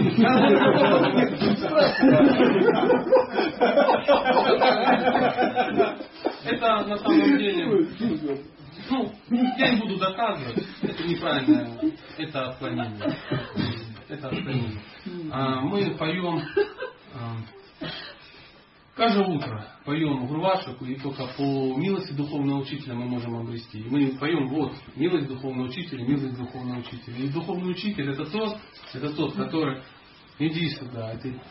Speaker 3: Это на самом деле, я не буду доказывать, это неправильно, это это отклонение. Это отклонение. Мы поем каждое утро поем Гурвашику, и только по милости духовного учителя мы можем обрести. И мы поем вот милость духовного учителя, милость духовного учителя. И духовный учитель это тот, который иди сюда, и ты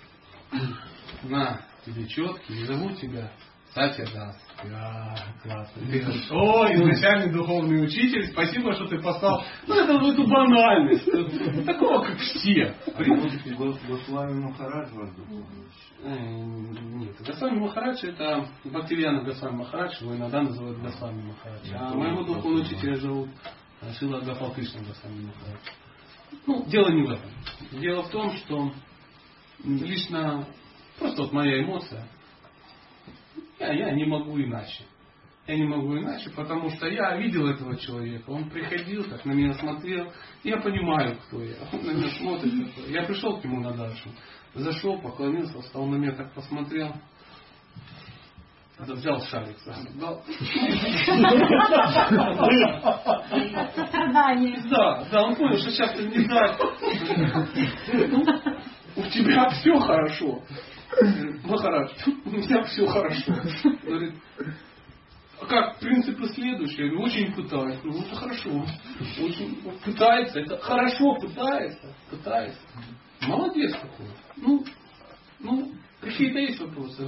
Speaker 3: на тебе четкий, и зовут тебя Сатья Дас. Классно. И ты говоришь, изначальный духовный учитель, спасибо, что ты послал. Эту банальность. Такого, как все.
Speaker 6: Госвами Махарадж вас духовный учитель?
Speaker 3: Нет, Госвами Махарадж это Бхактивиана Госвами Махарадж, его иногда называют Госвами Махарадж. А моего духовного учителя зовут Шрила Гопал Кришна Госвами Махарадж. Дело не в этом. Дело в том, что лично просто моя эмоция. Я не могу иначе. Я не могу иначе, потому что я видел этого человека. Он приходил, так на меня смотрел. Я понимаю, кто я. Он на меня смотрит. Я пришел к нему на дачу. Зашел, поклонился, встал на меня, так посмотрел. Взял шарик сразу. Дал. Да, он понял, что сейчас ты не даст. У тебя все хорошо. Махарадж, у меня все хорошо. Говорит, а как принципы следующие? Я говорю, очень пытаюсь. Я говорю, это хорошо. Очень пытается, это хорошо пытается. Молодец какой. Какие-то есть вопросы?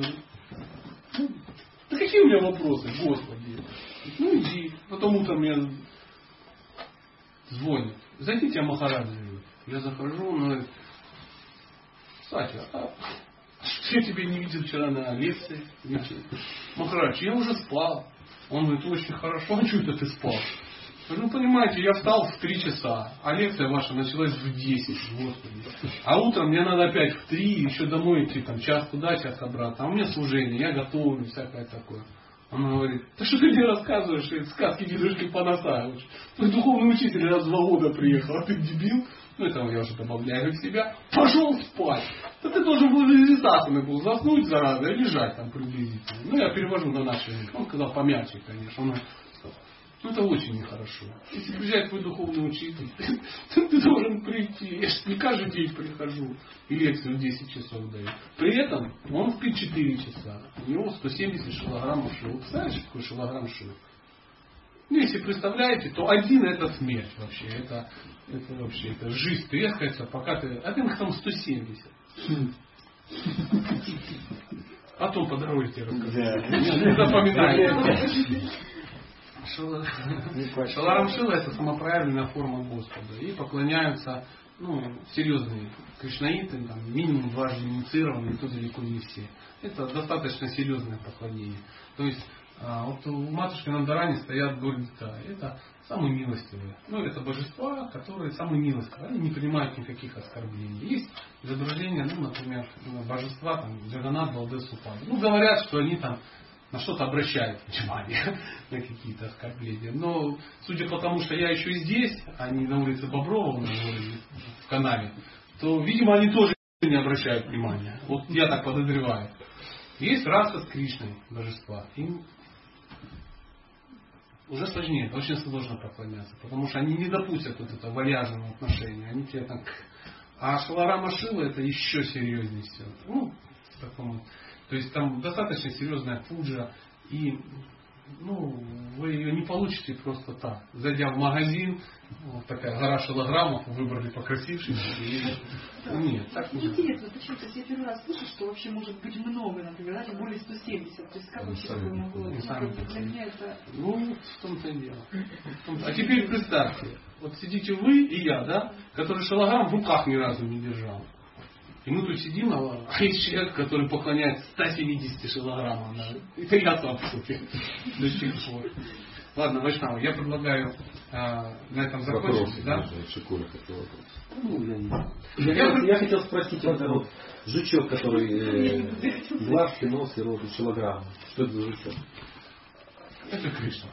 Speaker 3: Да какие у меня вопросы, Господи? Иди. Потом утром мне звонит. Зайдите, а Махарадж живет. Я захожу, он говорит, Сатья, я тебя не видел вчера на лекции. Махарадж, я уже спал. Он говорит, очень хорошо. А что это ты спал? Я говорю, понимаете, я встал в 3 часа, а лекция ваша началась в 10. Господи. А утром мне надо опять в 3, еще домой идти, час туда, час обратно. А у меня служение, я готовлю, всякое такое. Он говорит, да что ты мне рассказываешь, сказки дедушки Панаса. Твой духовный учитель раз в 2 года приехал, а ты дебил. Это я уже добавляю в себя. Пошел спать. Да ты должен был резитасами был заснуть, зараза, и лежать там приблизительно. Я перевожу на наш язык. Он сказал помягче, конечно. Он сказал, это очень нехорошо. Если приезжает твой духовный учитель, ты должен прийти. Я же не каждый день прихожу и лекцию в 10 часов даю. При этом он спит 4 часа. У него 170 шилограммов шилы. Представляешь, какой шилограмм шилы? Если представляете, то один это смерть вообще. Это вообще это жизнь трескается, пока ты... Один их там 170. Потом по дороге тебе расскажу. Не запоминай. Шаларам Шила это самопроявленная форма Господа. И поклоняются серьезные кришнаиты, минимум 2 инициированные, то далеко не все. Это достаточно серьезное поклонение. То есть вот у матушки Нандарани стоят Горнита. Это самые милостивые. Это божества, которые самые милостивые. Они не принимают никаких оскорблений. Есть изображения, например, божества, Джаганнат, Балдес, Супада. Говорят, что они там на что-то обращают внимание, на какие-то оскорбления. Но судя по тому, что я еще здесь, а не на улице Боброва, в канаве, то, видимо, они тоже не обращают внимания. Вот я так подозреваю. Есть раса с Кришной, божества. Им уже сложнее, очень сложно поклоняться, потому что они не допустят вот этого вальяжного отношения. Они тебе так... А Шаларама Шила это еще серьезнее все. То есть там достаточно серьезная пуджа, и вы ее не получите просто так. Зайдя в магазин, вот такая гора шилограммов, выбрали покрасившиеся. Нет, так не.
Speaker 5: Интересно, почему? То есть я первый раз слышу, что вообще может быть много, например, даже более 170. То есть как вообще такое могло быть? Для меня это...
Speaker 3: в том-то и дело. А теперь представьте, вот сидите вы и я, да, который шилограмм в руках ни разу не держал. И мы тут сидим, а есть человек, который поклоняется 170 шилограммам. Это я сам в шоке до сих пор. Ладно, Вайшнава, я предлагаю на этом закончить. Да?
Speaker 2: Я хотел спросить, вот жучок, который глазки, нос и рот, шилограмм. Что это за жучок?
Speaker 3: Это Кришна.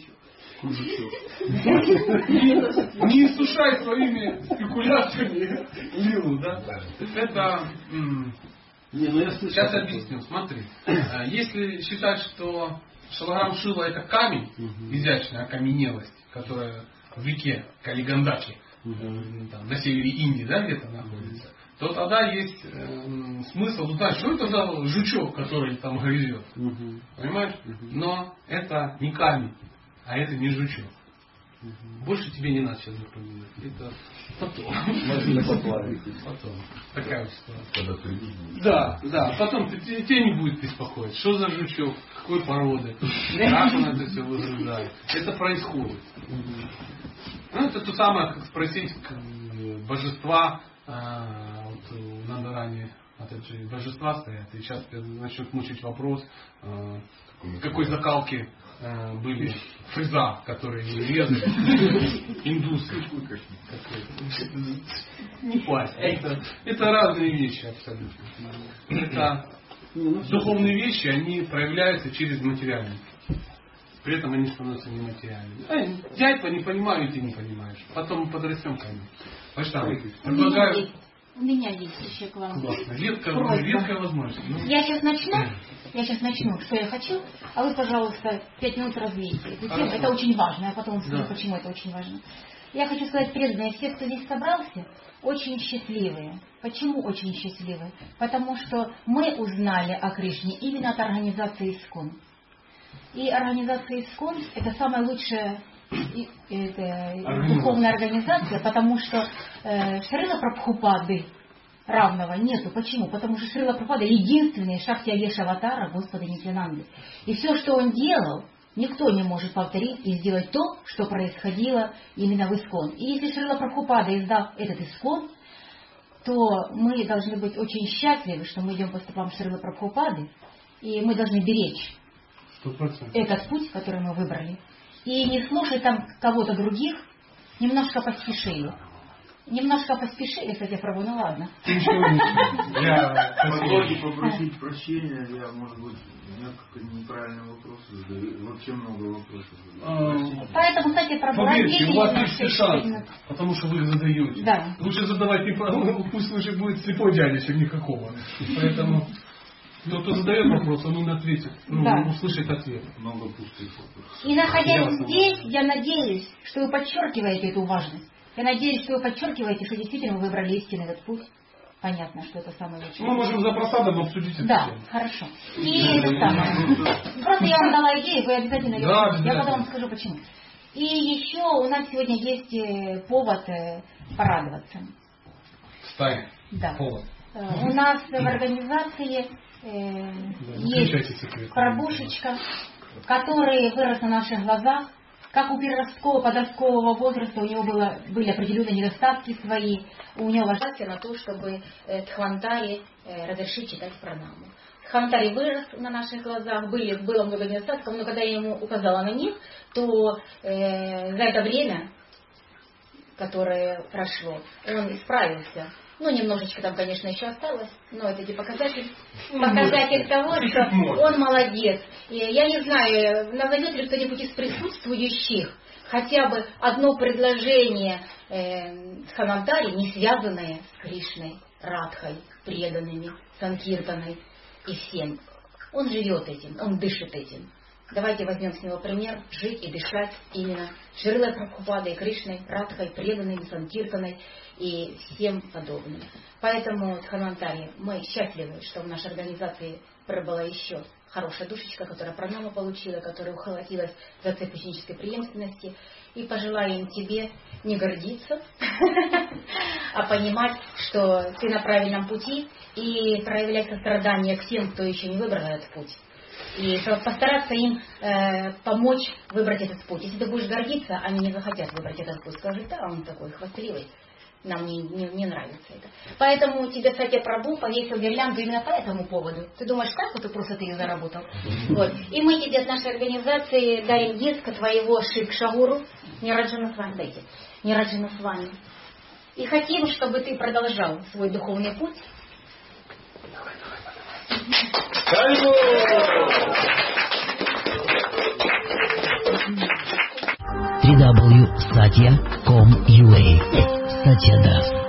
Speaker 3: Не иссушай своими спекуляциями лилу, да? Это... Сейчас объясню. Смотри. Если считать, что Шаларам Шила это камень, изящная окаменелость, которая в реке Калигандачи там, на севере Индии, да, где-то находится, то тогда есть смысл узнать, что это за жучок, который там грызет. Понимаешь? Но это не камень, а это не жучок. Больше тебе не надо сейчас запоминать. Это потом. Потом. Такая ситуация. Да. Потом тебе не будет беспокоить. Что за жучок, какой породы, как он это все выгрызает. Это происходит. Ну, это то самое, как спросить божества, вот у Нандарани божества стоят, и сейчас начнут мучить вопрос, какой закалки были фреза, которые резали индусы. Не пасть. Это разные вещи абсолютно. Это духовные вещи, они проявляются через материальные. При этом они становятся нематериальными. Я не понимаю, и ты не понимаешь. Потом мы подрастем ко мне. Предлагаю...
Speaker 8: У меня есть еще к вам.
Speaker 3: Редкая возможность.
Speaker 8: Я сейчас начну, что я хочу, а вы, пожалуйста, 5 минут развейте эту тему. Это очень важно. Я потом скажу, почему это очень важно. Я хочу сказать, преданные, все, кто здесь собрался, очень счастливые. Почему очень счастливые? Потому что мы узнали о Кришне именно от организации ИСККОН. И организация ИСККОН – это самая лучшая духовная организация, потому что Шрила Прабхупады равного нету. Почему? Потому что Шрила Прабхупада единственный Шакти Агеш Аватара Господа Нитьянанды. И все, что он делал, никто не может повторить и сделать то, что происходило именно в ИСККОН. И если Шрила Прабхупада издал этот ИСККОН, то мы должны быть очень счастливы, что мы идем по стопам Шрилы Прабхупады, и мы должны беречь
Speaker 3: 100%.
Speaker 8: Этот путь, который мы выбрали. И не слушать там кого-то других, немножко поспешили. Кстати, Прабу, ну ладно.
Speaker 6: Я попросить прощения, я, может быть, несколько неправильные вопросы задаю. Вообще много вопросов задаю.
Speaker 8: Поэтому, кстати, Прабу,
Speaker 3: поверьте, у вас есть все шансы, потому что вы их задаете.
Speaker 8: Да.
Speaker 3: Лучше задавать неправильно, пусть лучше будет слепой дядя, чем никакого. Поэтому... Кто задает вопрос, он ответит. Услышит ответ.
Speaker 6: Много пустых вопросов.
Speaker 8: И находясь здесь, я надеюсь, что вы подчеркиваете эту важность. Я надеюсь, что вы подчеркиваете, что действительно вы выбрали истинный этот путь. Понятно, что это самое лучшее.
Speaker 3: Мы можем за просадом обсудить это.
Speaker 8: Да, хорошо. И это самое. Просто я вам дала идею, вы обязательно ее слушайте. Я потом вам скажу почему. И еще у нас сегодня есть повод порадоваться.
Speaker 3: Встань.
Speaker 8: Да.
Speaker 3: Повод.
Speaker 8: У нас в организации есть Прабушечка, который вырос на наших глазах. Как у подросткового возраста у него были определенные недостатки свои. У него важности на то, чтобы Дхвантари разрешить читать пранаму. Дхвантари вырос на наших глазах, было много недостатков, но когда я ему указала на них, то за это время, которое прошло, он исправился. Ну, немножечко там, конечно, еще осталось, но это не показатель того, что он молодец. И я не знаю, назовет ли кто-нибудь из присутствующих хотя бы одно предложение Дханантари, не связанное с Кришной, Радхой, преданными, Санкиртаной и всем. Он живет этим, он дышит этим. Давайте возьмем с него пример, жить и дышать именно Шрилой Прабхупадой, Кришной, Радхой, преданными, Санкиртаной и всем подобным. Поэтому, Дханвантари, мы счастливы, что в нашей организации прибыла еще хорошая душечка, которая пранаму получила, которая ухватилась за цепь ученической преемственности. И пожелаем тебе не гордиться, а понимать, что ты на правильном пути, и проявлять сострадание к тем, кто еще не выбрал этот путь. И постараться им помочь выбрать этот путь. Если ты будешь гордиться, они не захотят выбрать этот путь. Скажут, да, он такой хвастливый, нам не нравится это. Поэтому тебе Сатья Прабху повесил гирлянду именно по этому поводу. Ты думаешь, как вот ты просто ты ее заработал? Вот. И мы тебе от нашей организации дарим диск твоего Шикшагуру Нираджана с вами. И хотим, чтобы ты продолжал свой духовный путь.
Speaker 10: www.satya.com.ua Satya Das.